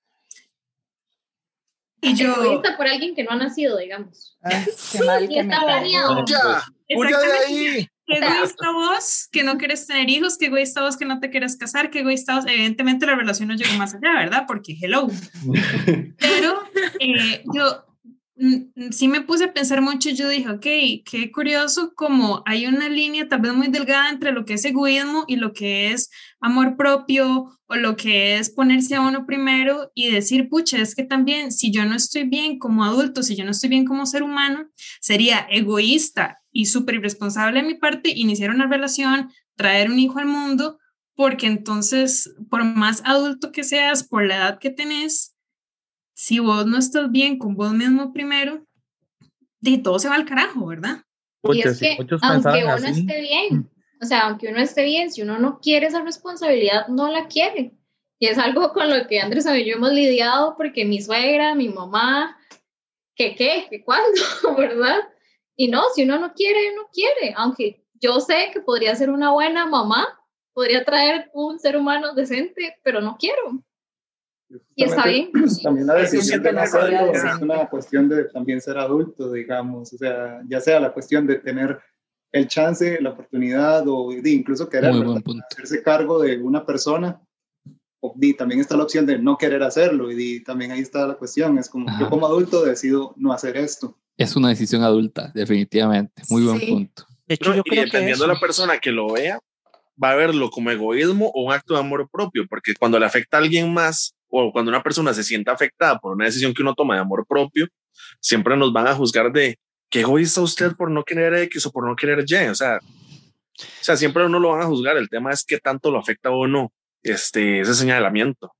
Y yo... Egoísta por alguien que no ha nacido, digamos. Qué mal que me planeado. ¡Ya! ¡Huya de ahí! Qué egoísta vos que no quieres tener hijos, qué egoísta vos que no te quieres casar, qué egoísta vos. Evidentemente la relación no llegó más allá, ¿verdad? Porque hello. Pero yo sí me puse a pensar mucho y yo dije, ok, qué curioso como hay una línea tal vez muy delgada entre lo que es egoísmo y lo que es amor propio, o lo que es ponerse a uno primero y decir, pucha, es que también si yo no estoy bien como adulto, si yo no estoy bien como ser humano, sería egoísta y súper irresponsable de mi parte iniciar una relación, traer un hijo al mundo, porque entonces, por más adulto que seas, por la edad que tenés, si vos no estás bien con vos mismo primero, de todo se va al carajo, ¿verdad? Y es que aunque uno esté bien, o sea, aunque uno esté bien, si uno no quiere esa responsabilidad, no la quiere. Y es algo con lo que Andrés y yo hemos lidiado, porque mi suegra, mi mamá, que cuándo, ¿verdad? Y no, si uno no quiere, no quiere. Aunque yo sé que podría ser una buena mamá, podría traer un ser humano decente, pero no quiero. Y está bien. También la decisión de no hacerlo es una cuestión de también ser adulto, digamos. O sea, ya sea la cuestión de tener el chance, la oportunidad, o de incluso querer hacerse cargo de una persona, o también está la opción de no querer hacerlo, y también ahí está la cuestión. Es como, yo como adulto decido no hacer esto. Es una decisión adulta, definitivamente. Muy buen punto. De hecho, yo creo dependiendo de la persona que lo vea, va a verlo como egoísmo o un acto de amor propio, porque cuando le afecta a alguien más, o cuando una persona se siente afectada por una decisión que uno toma de amor propio, siempre nos van a juzgar de qué egoísta usted por no querer X o por no querer Y. O sea, siempre uno lo van a juzgar. El tema es qué tanto lo afecta o no ese señalamiento.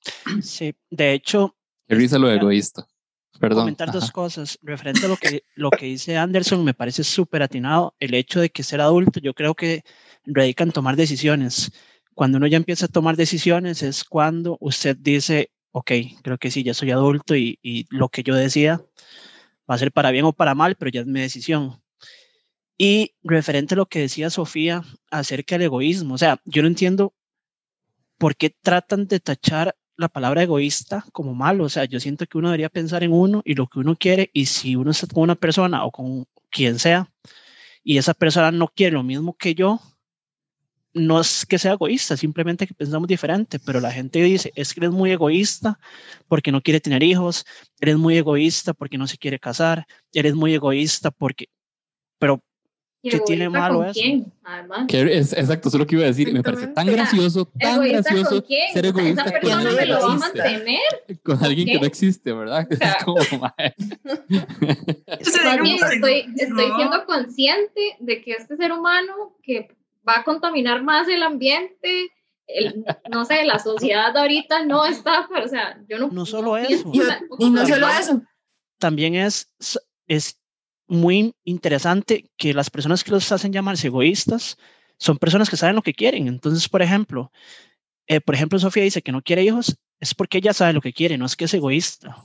Sí, de hecho... Qué risa lo egoísta. Perdón. Comentar dos cosas. Referente a lo que dice Anderson, me parece súper atinado. El hecho de que ser adulto, yo creo que radica en tomar decisiones. Cuando uno ya empieza a tomar decisiones es cuando usted dice, ok, creo que sí, ya soy adulto y lo que yo decida va a ser para bien o para mal, pero ya es mi decisión. Y referente a lo que decía Sofía acerca del egoísmo, o sea, yo no entiendo por qué tratan de tachar la palabra egoísta como malo. O sea, yo siento que uno debería pensar en uno y lo que uno quiere, y si uno está con una persona o con quien sea y esa persona no quiere lo mismo que yo, no es que sea egoísta, simplemente que pensamos diferente. Pero la gente dice, es que eres muy egoísta porque no quiere tener hijos, eres muy egoísta porque no se quiere casar, eres muy egoísta porque... Pero ¿qué tiene malo eso? ¿Quién? Además. Exacto, eso es lo que iba a decir. Me parece tan gracioso, ¿Con quién? ser egoísta. Esa persona me lo va a mantener. Con alguien que no existe, ¿verdad? O sea, es como, estoy siendo consciente de que este ser humano que va a contaminar más el ambiente, no sé, la sociedad ahorita no está, pero, o sea, yo no... No solo eso. Y no solo eso. También es muy interesante que las personas que los hacen llamarse egoístas son personas que saben lo que quieren. Entonces, por ejemplo, Sofía dice que no quiere hijos, es porque ella sabe lo que quiere, no es que es egoísta.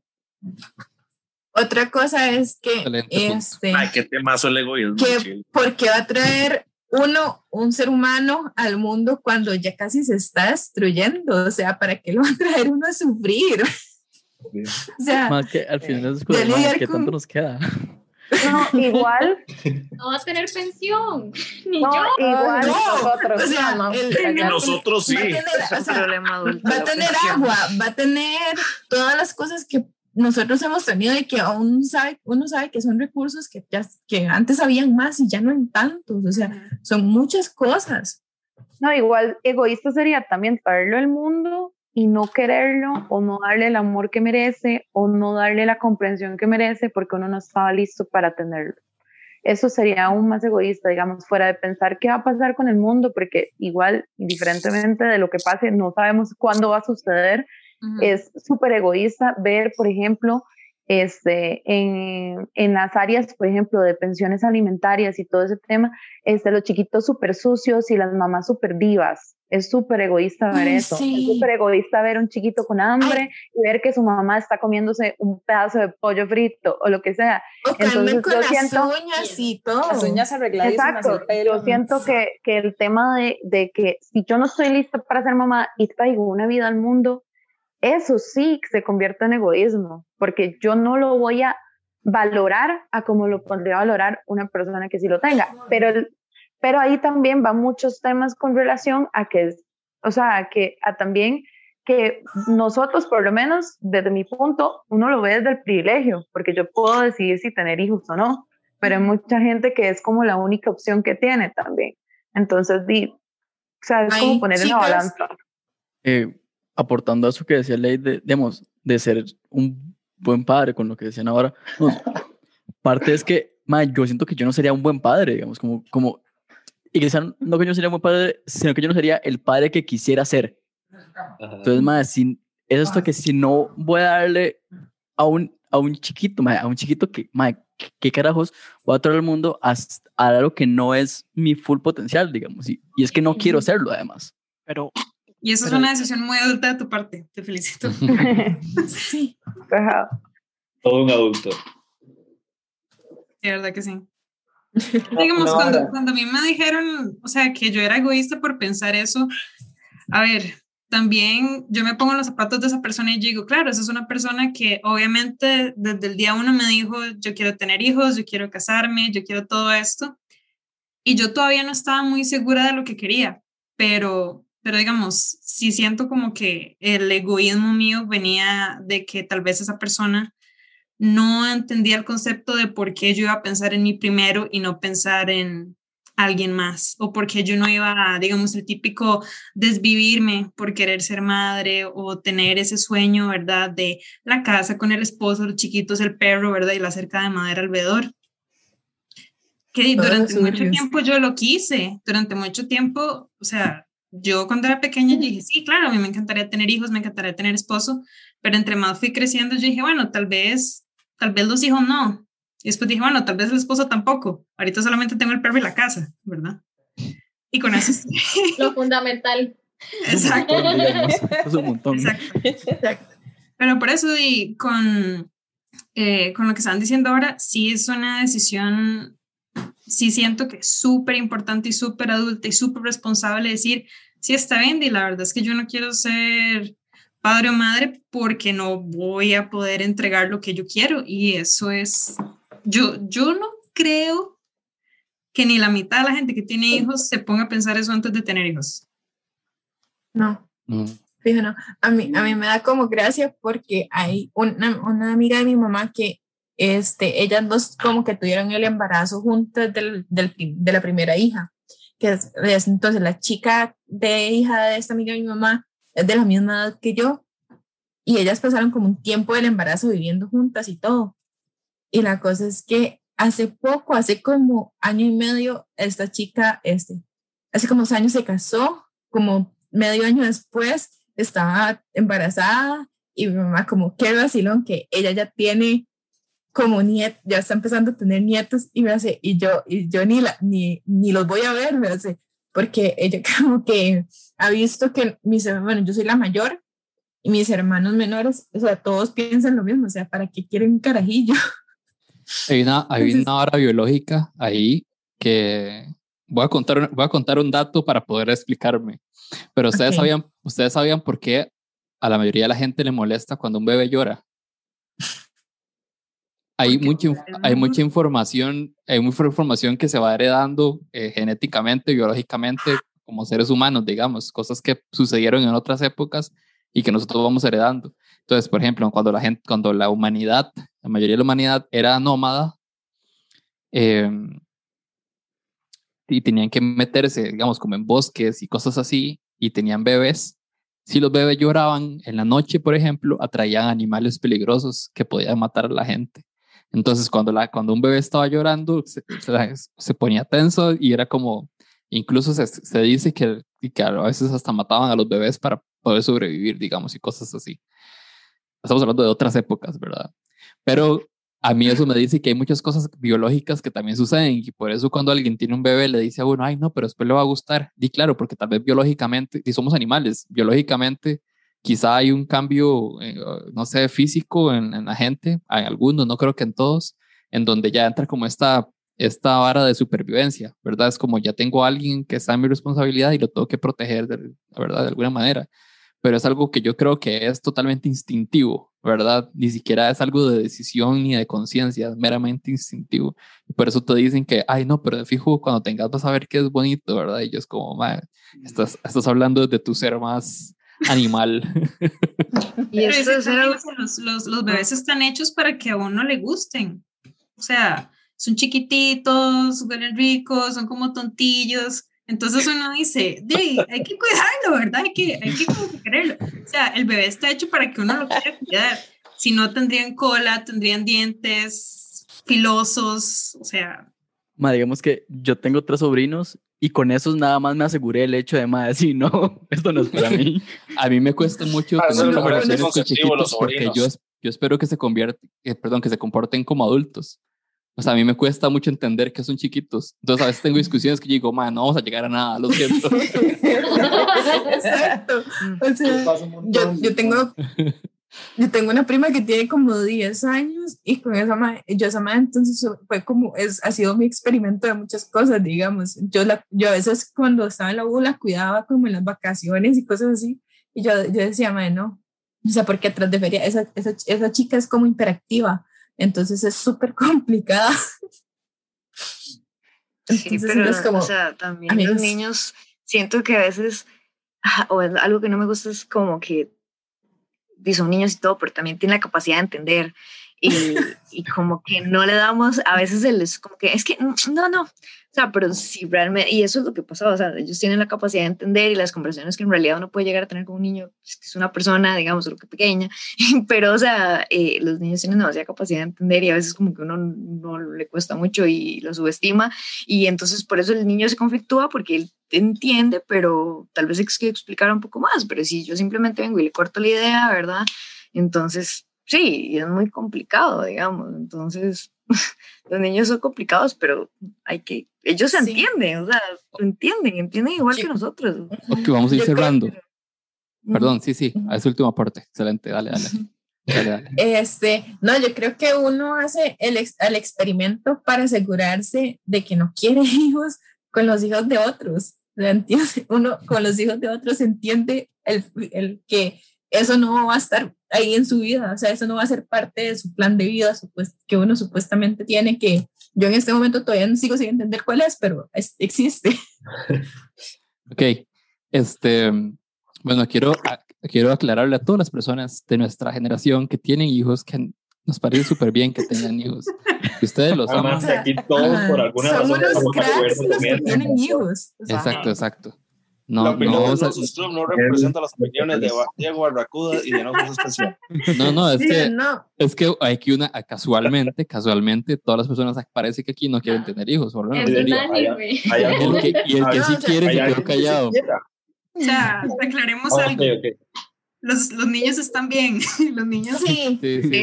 Otra cosa es que ay, qué temazo el egoísmo. ¿Por qué va a traer un ser humano al mundo cuando ya casi se está destruyendo? O sea, ¿para qué lo va a traer uno a sufrir? O sea, más que al final es ¿qué tanto nos queda? No, igual. No va a tener pensión. Ni no, yo. Igual nosotros. O sea, nosotros sí. Va a tener agua, va a tener todas las cosas que nosotros hemos tenido y que uno sabe que son recursos que antes habían más y ya no en tantos. O sea, son muchas cosas. No, igual egoísta sería también traerlo al mundo y no quererlo, o no darle el amor que merece, o no darle la comprensión que merece porque uno no estaba listo para tenerlo. Eso sería aún más egoísta, digamos, fuera de pensar qué va a pasar con el mundo, porque igual, indiferentemente de lo que pase, no sabemos cuándo va a suceder. Es súper egoísta ver, por ejemplo, en las áreas, por ejemplo, de pensiones alimentarias y todo ese tema, los chiquitos súper sucios y las mamás súper divas. Es súper egoísta ver eso. Sí. Es súper egoísta ver un chiquito con hambre y ver que su mamá está comiéndose un pedazo de pollo frito o lo que sea. O entonces, con las uñas y todo. Las uñas arregladísimas. Exacto. El pelo. Yo siento que el tema de que si yo no estoy lista para ser mamá y traigo una vida al mundo, eso sí se convierte en egoísmo, porque yo no lo voy a valorar a como lo podría valorar una persona que sí lo tenga, pero ahí también van muchos temas con relación a que, o sea, también que nosotros, por lo menos desde mi punto, uno lo ve desde el privilegio, porque yo puedo decidir si tener hijos o no, pero hay mucha gente que es como la única opción que tiene también. Entonces, o sea, es como poner en la balanza. Aportando a eso que decía Ley, de ser un buen padre, con lo que decían ahora, parte es que, yo siento que yo no sería un buen padre, digamos, y que no que yo sería un buen padre, sino que yo no sería el padre que quisiera ser. Entonces, es esto que si no voy a darle a un chiquito, que, ¿qué carajos voy a traer al mundo a algo que no es mi full potencial, digamos? Y es que no quiero serlo, además. Y eso es una decisión muy adulta de tu parte. Te felicito. Sí. Todo un adulto. De verdad que sí. Digamos, cuando a mí me dijeron, o sea, que yo era egoísta por pensar eso, a ver, también yo me pongo en los zapatos de esa persona y digo, claro, esa es una persona que obviamente desde el día uno me dijo, yo quiero tener hijos, yo quiero casarme, yo quiero todo esto. Y yo todavía no estaba muy segura de lo que quería, pero digamos, sí siento como que el egoísmo mío venía de que tal vez esa persona no entendía el concepto de por qué yo iba a pensar en mí primero y no pensar en alguien más, o porque yo no iba a, digamos, el típico desvivirme por querer ser madre o tener ese sueño, ¿verdad? De la casa con el esposo, los chiquitos, el perro, ¿verdad? Y la cerca de madera alrededor. Que durante mucho tiempo yo lo quise, durante mucho tiempo, o sea, yo cuando era pequeña dije, sí, claro, a mí me encantaría tener hijos, me encantaría tener esposo, pero entre más fui creciendo, yo dije, bueno, tal vez los hijos no. Y después dije, bueno, tal vez el esposo tampoco. Ahorita solamente tengo el perro y la casa, ¿verdad? Y con eso lo fundamental. Exacto. Es un montón. Exacto. Pero por eso, y con lo que están diciendo ahora, sí es una decisión, sí siento que es súper importante y súper adulta y súper responsable decir, sí está bien, y la verdad es que yo no quiero ser padre o madre porque no voy a poder entregar lo que yo quiero, y eso es, yo no creo que ni la mitad de la gente que tiene hijos se ponga a pensar eso antes de tener hijos. No. Fíjate, no. A mí me da como gracia porque hay una amiga de mi mamá que ellas dos como que tuvieron el embarazo juntas de la primera hija, que es entonces la chica de hija de esta amiga de mi mamá es de la misma edad que yo, y ellas pasaron como un tiempo del embarazo viviendo juntas y todo. Y la cosa es que hace como año y medio, esta chica, hace como 2 años se casó, como medio año después estaba embarazada, y mi mamá como, qué vacilón que ella ya tiene como nietos, ya está empezando a tener nietos, y me hace, y yo ni los voy a ver, me hace, porque ella como que ha visto que bueno, yo soy la mayor, y mis hermanos menores, o sea, todos piensan lo mismo, o sea, ¿para qué quieren un carajillo? Hay una vara biológica ahí que voy a contar un dato para poder explicarme. Pero ustedes sabían por qué a la mayoría de la gente le molesta cuando un bebé llora. Hay mucha información que se va heredando genéticamente, biológicamente, como seres humanos, digamos, cosas que sucedieron en otras épocas y que nosotros vamos heredando. Entonces, por ejemplo, cuando la humanidad, la mayoría de la humanidad era nómada, y tenían que meterse, digamos, como en bosques y cosas así, y tenían bebés. Si los bebés lloraban en la noche, por ejemplo, atraían animales peligrosos que podían matar a la gente. Entonces, cuando un bebé estaba llorando, se ponía tenso, y era como, incluso se dice que a veces hasta mataban a los bebés para poder sobrevivir, digamos, y cosas así. Estamos hablando de otras épocas, ¿verdad? Pero a mí eso me dice que hay muchas cosas biológicas que también suceden, y por eso cuando alguien tiene un bebé le dice a uno, ay no, pero después le va a gustar. Y claro, porque tal vez biológicamente, si somos animales, biológicamente quizá hay un cambio, no sé, físico en la gente, en algunos, no creo que en todos, en donde ya entra como esta vara de supervivencia, ¿verdad? Es como ya tengo a alguien que está en mi responsabilidad y lo tengo que proteger, ¿verdad? De alguna manera. Pero es algo que yo creo que es totalmente instintivo, ¿verdad? Ni siquiera es algo de decisión ni de conciencia, es meramente instintivo. Y por eso te dicen que, ay, no, pero de fijo, cuando tengas vas a ver que es bonito, ¿verdad? Y yo es como, estás hablando de tu ser más animal. Y eso es los bebés están hechos para que a uno le gusten. O sea, son chiquititos, huelen ricos, son como tontillos. Entonces uno dice, hay que cuidarlo, ¿verdad? Hay que como que quererlo. O sea, el bebé está hecho para que uno lo quiera cuidar. Si no, tendrían cola, tendrían dientes filosos, o sea. Digamos que yo tengo 3 sobrinos y con esos nada más me aseguré el hecho de, si no, esto no es para mí. A mí me cuesta mucho tener conversaciones con chiquitos porque yo espero que se comporten como adultos. O sea, a mí me cuesta mucho entender que son chiquitos. Entonces, a veces tengo discusiones que digo, no vamos a llegar a nada, lo siento. Exacto. O sea, yo tengo una prima que tiene como 10 años, y con esa madre entonces fue como, ha sido mi experimento de muchas cosas, digamos. Yo a veces cuando estaba en la U la cuidaba como en las vacaciones y cosas así, y yo decía, no, o sea, porque atrás de feria, esa chica es como interactiva. Entonces es súper complicada. Sí, pero es como, o sea, también amigos, los niños, siento que a veces, o algo que no me gusta es como que son niños y todo, pero también tienen la capacidad de entender, y como que no le damos, a veces como que, es que no, o sea, pero sí realmente, y eso es lo que pasaba, o sea, ellos tienen la capacidad de entender, y las conversaciones que en realidad uno puede llegar a tener con un niño, pues, que es una persona, digamos, lo que pequeña, pero, o sea, los niños tienen demasiada capacidad de entender, y a veces como que uno no le cuesta mucho y lo subestima, y entonces por eso el niño se conflictúa, porque él entiende, pero tal vez es que explicar un poco más, pero si yo simplemente vengo y le corto la idea, ¿verdad? Entonces, sí, es muy complicado, digamos, entonces los niños son complicados, pero ellos se entienden, o sea, entienden igual que nosotros. Ok, vamos a ir cerrando. Perdón, sí, a ese último aporte, excelente, dale. No, yo creo que uno hace el experimento para asegurarse de que no quiere hijos con los hijos de otros. Uno con los hijos de otros entiende el que eso no va a estar ahí en su vida, o sea, eso no va a ser parte de su plan de vida que uno supuestamente tiene, que yo en este momento todavía no sigo sin entender cuál es, pero existe. Ok, bueno, quiero aclararle a todas las personas de nuestra generación que tienen hijos que nos parece súper bien que tengan hijos. Que ustedes los aman. Aquí todos por alguna razón somos cracks los que tienen hijos. Exacto. La opinión de los Strum no representa las opiniones de Diego Barracuda y de nosotros especial. No, es que aquí casualmente, todas las personas parece que aquí no quieren tener hijos. ¿O no? Y el que sí quiere se quedó callado. O sea, aclaremos algo. Okay. Los niños están bien. Los niños sí.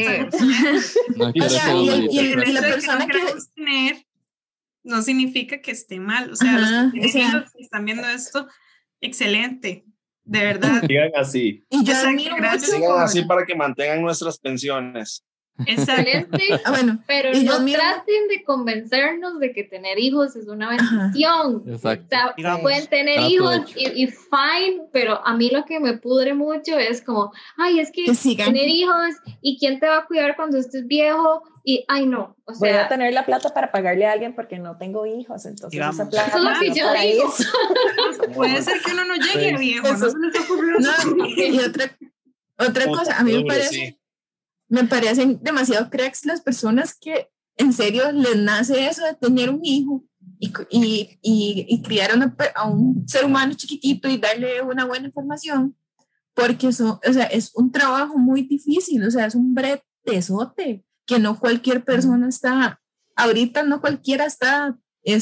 No, y la persona que tener no significa que esté mal. O sea, los que están viendo esto, excelente. De verdad. Sigan así. Y yo sigan así para que mantengan nuestras pensiones. Excelente, pero no traten de convencernos de que tener hijos es una bendición. O sea, pueden tener hijos y fine, pero a mí lo que me pudre mucho es como, ay, es que tener hijos y quién te va a cuidar cuando estés viejo y, ay, no, o sea, voy a tener la plata para pagarle a alguien porque no tengo hijos, entonces esa plata eso es lo que yo digo. Puede ser que uno no llegue viejo, no se les ocurrió y otra cosa, a mí me parecen demasiado cracks las personas que en serio les nace eso de tener un hijo y criar a un ser humano chiquitito y darle una buena formación, porque eso, o sea, es un trabajo muy difícil, o sea, es un bretezote que no cualquier persona está, ahorita no cualquiera está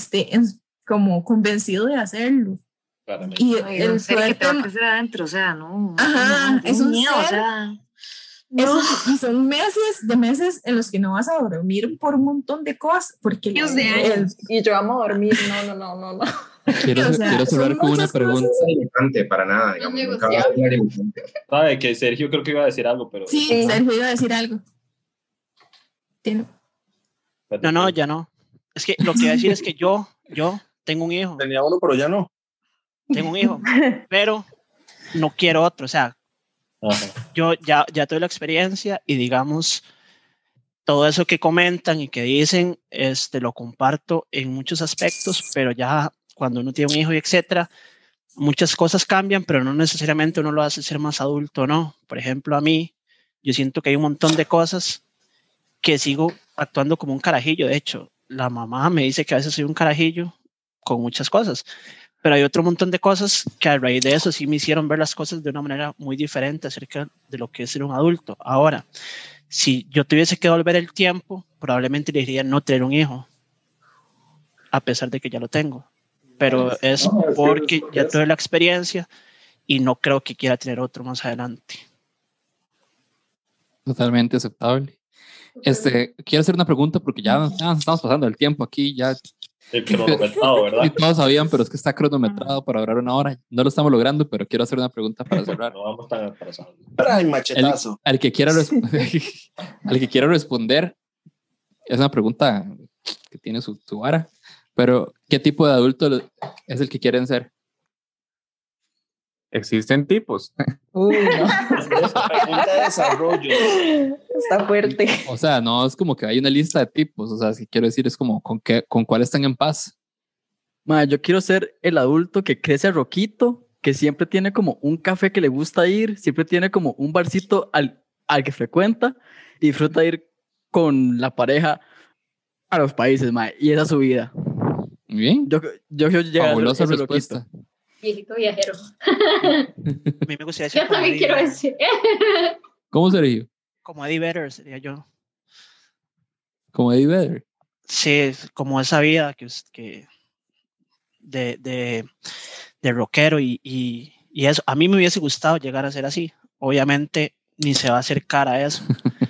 como convencido de hacerlo. Claramente. Y el ser que te va a crecer adentro, o sea, no. Ajá, es un miedo, ser, o sea. No. Y son meses en los que no vas a dormir por un montón de cosas. Porque y yo amo dormir, no. Quiero cerrar con una pregunta. Limitante para nada, digamos. Sabe que Sergio creo que iba a decir algo, pero... Sí, Sergio iba a decir algo. No, ya no. Es que lo que iba a decir es que yo tengo un hijo. Tenía uno, pero ya no. Tengo un hijo, pero no quiero otro, o sea, yo ya tuve la experiencia y digamos, todo eso que comentan y que dicen, lo comparto en muchos aspectos, pero ya cuando uno tiene un hijo y etcétera, muchas cosas cambian, pero no necesariamente uno lo hace ser más adulto, ¿no? Por ejemplo, a mí, yo siento que hay un montón de cosas que sigo actuando como un carajillo. De hecho, la mamá me dice que a veces soy un carajillo con muchas cosas, pero hay otro montón de cosas que a raíz de eso sí me hicieron ver las cosas de una manera muy diferente acerca de lo que es ser un adulto. Ahora, si yo tuviese que volver el tiempo, probablemente le diría no tener un hijo, a pesar de que ya lo tengo, pero es porque ya tuve la experiencia y no creo que quiera tener otro más adelante. Totalmente aceptable. Quiero hacer una pregunta porque ya estamos pasando el tiempo aquí, ya. El cronometrado, ¿verdad? Y todos sabían, pero es que está cronometrado para durar 1 hora. No lo estamos logrando, pero quiero hacer una pregunta para cerrar. No vamos tan atrasados. Ay, machetazo. Al que quiera responder, es una pregunta que tiene su vara, pero ¿qué tipo de adulto es el que quieren ser? Existen tipos. Uy, no. Pregunta de desarrollo. Está fuerte. O sea, no es como que hay una lista de tipos. O sea, si quiero decir, es como con cuál están en paz. Yo quiero ser el adulto que crece a roquito, que siempre tiene como un café que le gusta ir, siempre tiene como un barcito al que frecuenta y disfruta ir con la pareja a los países, y esa es su vida. Muy bien. Yo quiero llegar fabulosa a ese respuesta. Roquito. Viejito viajero. A mí me gustaría decir. Yo también quiero decir. ¿Cómo sería? Como Eddie Vedder, sería yo. ¿Como Eddie Vedder? Sí, como esa vida que de rockero y eso. A mí me hubiese gustado llegar a ser así. Obviamente ni se va a acercar a eso.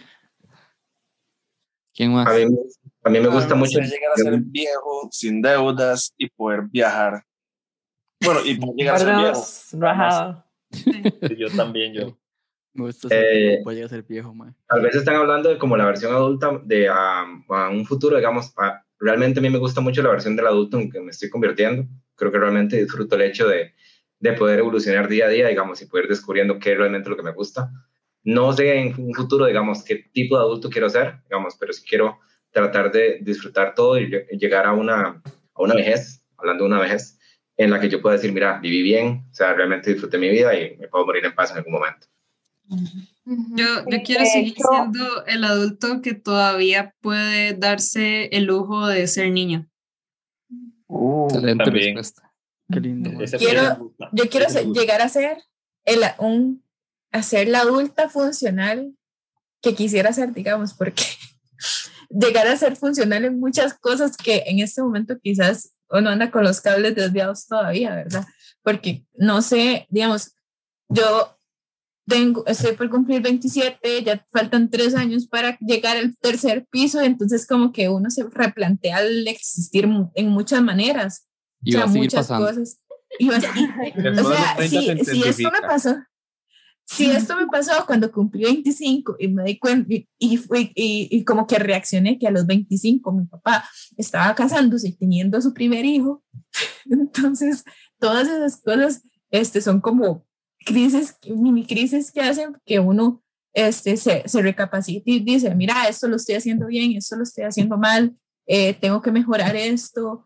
¿Quién más? A mí me gusta mucho llegar a ser viejo, sin deudas y poder viajar. Bueno, y poder llegar a ser viejo. Rajado. Yo también. Me gusta ser puede llegar a ser viejo, man. Tal vez están hablando de como la versión adulta de a un futuro, digamos. Realmente a mí me gusta mucho la versión del adulto en que me estoy convirtiendo. Creo que realmente disfruto el hecho de poder evolucionar día a día, digamos, y poder descubriendo qué es realmente lo que me gusta. No sé en un futuro, digamos, qué tipo de adulto quiero ser, digamos, pero sí quiero tratar de disfrutar todo y llegar a una vejez, hablando de una vejez, en la que yo pueda decir, mira, viví bien, o sea, realmente disfruté mi vida y me puedo morir en paz en algún momento. Yo quiero seguir siendo el adulto que todavía puede darse el lujo de ser niño. Excelente respuesta. Qué lindo. Yo quiero llegar a ser hacer la adulta funcional que quisiera ser, digamos, porque llegar a ser funcional en muchas cosas que en este momento quizás uno anda con los cables desviados todavía, ¿verdad? Porque no sé, digamos, yo estoy por cumplir 27, ya faltan 3 años para llegar al tercer piso, entonces como que uno se replantea el existir en muchas maneras. Y va a seguir muchas pasando. Cosas. O sea, si esto me pasó cuando cumplí 25 y me di cuenta y como que reaccioné que a los 25 mi papá estaba casándose y teniendo su primer hijo, entonces todas esas cosas son como mini crisis que hacen que uno se recapacite y dice, mira, esto lo estoy haciendo bien, esto lo estoy haciendo mal, tengo que mejorar esto,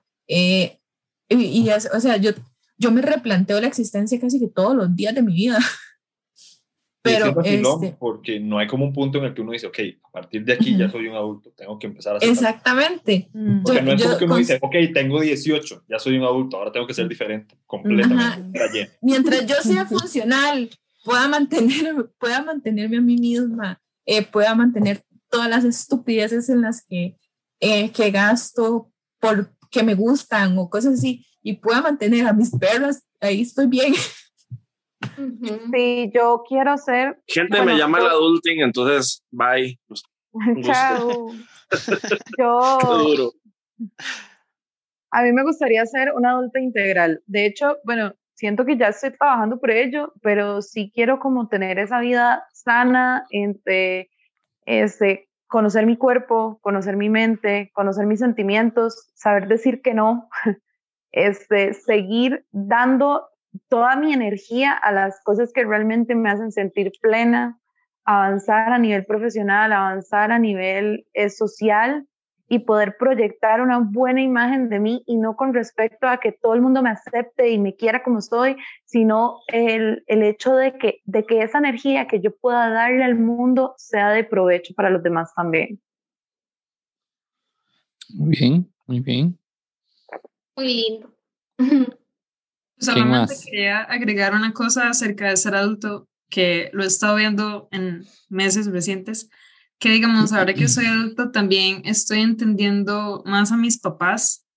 o sea, yo me replanteo la existencia casi que todos los días de mi vida. Pero porque no hay como un punto en el que uno dice, ok, a partir de aquí ya soy un adulto, tengo que empezar a hacer exactamente. Porque no es como que uno dice, ok, tengo 18, ya soy un adulto, ahora tengo que ser diferente, completamente. Mientras yo sea funcional, pueda mantenerme a mí misma, pueda mantener todas las estupideces en las que gasto porque me gustan o cosas así, y pueda mantener a mis perros, ahí estoy bien. Sí, yo quiero ser... Gente me llama el adulting, entonces bye. Chao. Yo... Qué duro. A mí me gustaría ser una adulta integral. De hecho, bueno, siento que ya estoy trabajando por ello, pero sí quiero como tener esa vida sana entre conocer mi cuerpo, conocer mi mente, conocer mis sentimientos, saber decir que no, seguir dando toda mi energía a las cosas que realmente me hacen sentir plena, avanzar a nivel profesional, avanzar a nivel social y poder proyectar una buena imagen de mí, y no con respecto a que todo el mundo me acepte y me quiera como soy, sino el hecho de que esa energía que yo pueda darle al mundo sea de provecho para los demás también. Muy bien, muy bien. Muy lindo. Solamente quería agregar una cosa acerca de ser adulto, que lo he estado viendo en meses recientes, que digamos, ahora que soy adulto también estoy entendiendo más a mis papás.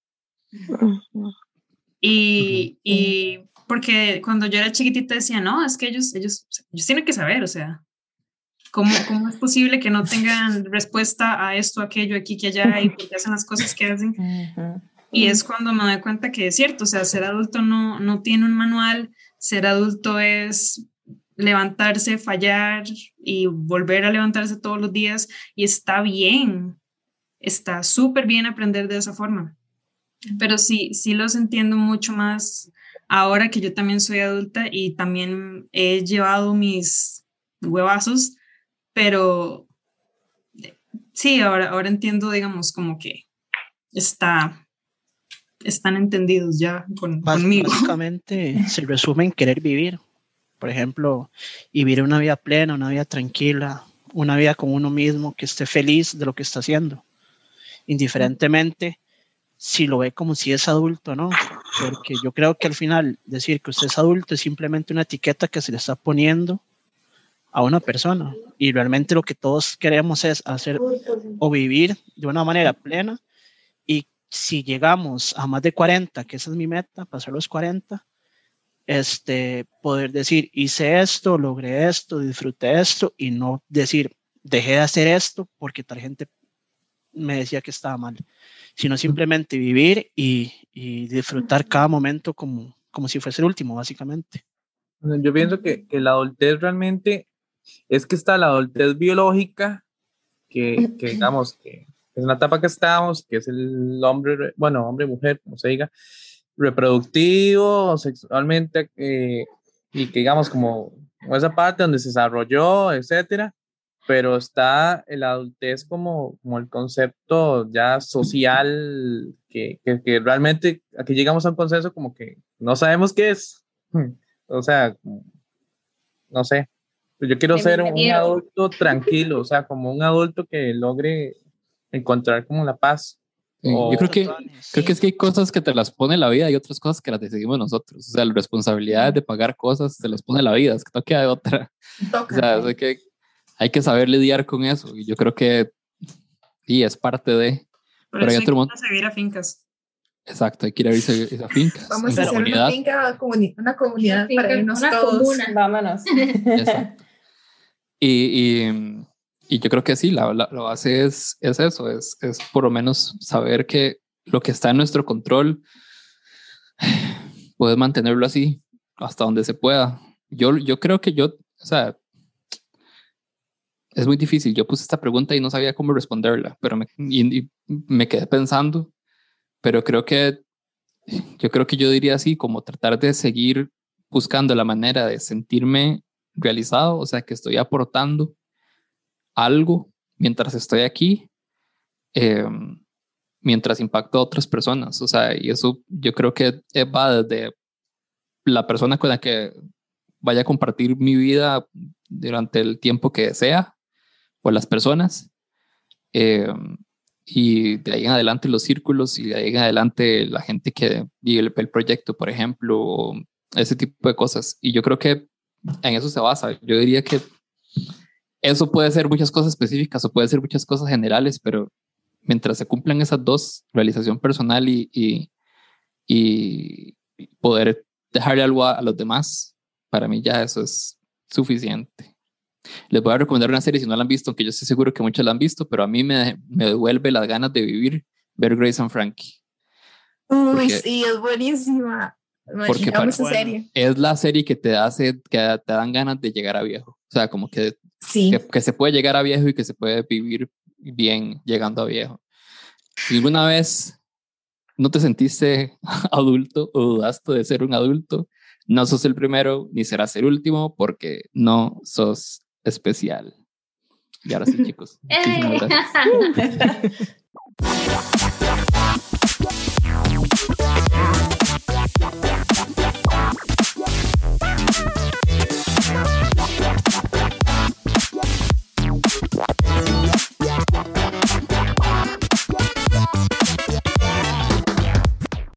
Y porque cuando yo era chiquitita decía, no, es que ellos tienen que saber, o sea, ¿cómo es posible que no tengan respuesta a esto, aquello, aquí, que allá, y por qué hacen las cosas que hacen? Y es cuando me doy cuenta que es cierto, o sea, ser adulto no tiene un manual, ser adulto es levantarse, fallar y volver a levantarse todos los días, y está bien, está súper bien aprender de esa forma. Pero sí los entiendo mucho más ahora que yo también soy adulta y también he llevado mis huevazos, pero sí, ahora entiendo, digamos, como que están entendidos ya conmigo. Básicamente se resume en querer vivir. Por ejemplo, vivir una vida plena, una vida tranquila, una vida con uno mismo, que esté feliz de lo que está haciendo, indiferentemente si lo ve como si es adulto o no, porque yo creo que al final decir que usted es adulto es simplemente una etiqueta que se le está poniendo a una persona, y realmente lo que todos queremos es hacer o vivir de una manera plena y si llegamos a más de 40, que esa es mi meta, pasar los 40, poder decir, hice esto, logré esto, disfruté esto, y no decir, dejé de hacer esto porque tal gente me decía que estaba mal, sino simplemente vivir y disfrutar cada momento como si fuese el último, básicamente. Yo pienso que la adultez realmente es que está la adultez biológica, que digamos que es una etapa que estamos, que es el hombre, bueno, hombre, mujer, como se diga, reproductivo, sexualmente, y que digamos como esa parte donde se desarrolló, etcétera, pero está la adultez como el concepto ya social, que realmente aquí llegamos a un consenso como que no sabemos qué es, o sea, no sé, yo quiero ser un adulto tranquilo, o sea, como un adulto que logre encontrar como la paz. Yo creo que es que hay cosas que te las pone la vida y otras cosas que las decidimos nosotros. O sea, la responsabilidad de pagar cosas te las pone la vida, es que no queda de otra. O sea, es que hay que saber lidiar con eso y yo creo que es parte de... Pero hay que irse a vivir a fincas. Exacto, hay que ir a irse a fincas. Vamos a hacer una finca, una comunidad para irnos todos. Comuna. Vámonos. Exacto. Y yo creo que sí, la base es eso, es por lo menos saber que lo que está en nuestro control, puedes mantenerlo así hasta donde se pueda. Yo creo que o sea, es muy difícil. Yo puse esta pregunta y no sabía cómo responderla, pero me quedé pensando, pero yo diría así, como tratar de seguir buscando la manera de sentirme realizado, o sea, que estoy aportando algo mientras estoy aquí, mientras impacto a otras personas, o sea, y eso yo creo que va desde la persona con la que vaya a compartir mi vida durante el tiempo que sea, o las personas, y de ahí en adelante los círculos, y de ahí en adelante la gente que vive el proyecto, por ejemplo, o ese tipo de cosas, y yo creo que en eso se basa. Yo diría que eso puede ser muchas cosas específicas o puede ser muchas cosas generales, pero mientras se cumplan esas dos, realización personal y poder dejarle algo a los demás, para mí ya eso es suficiente. Les voy a recomendar una serie si no la han visto, aunque yo estoy seguro que muchos la han visto, pero a mí me devuelve las ganas de vivir, ver Grace and Frankie. Uy, sí, es buenísima. Porque es la serie que te dan ganas de llegar a viejo. O sea, como que se puede llegar a viejo y que se puede vivir bien llegando a viejo. Si alguna vez no te sentiste adulto o dudaste de ser un adulto, no sos el primero ni serás el último, porque no sos especial. Y ahora sí, chicos. Muchísimas gracias.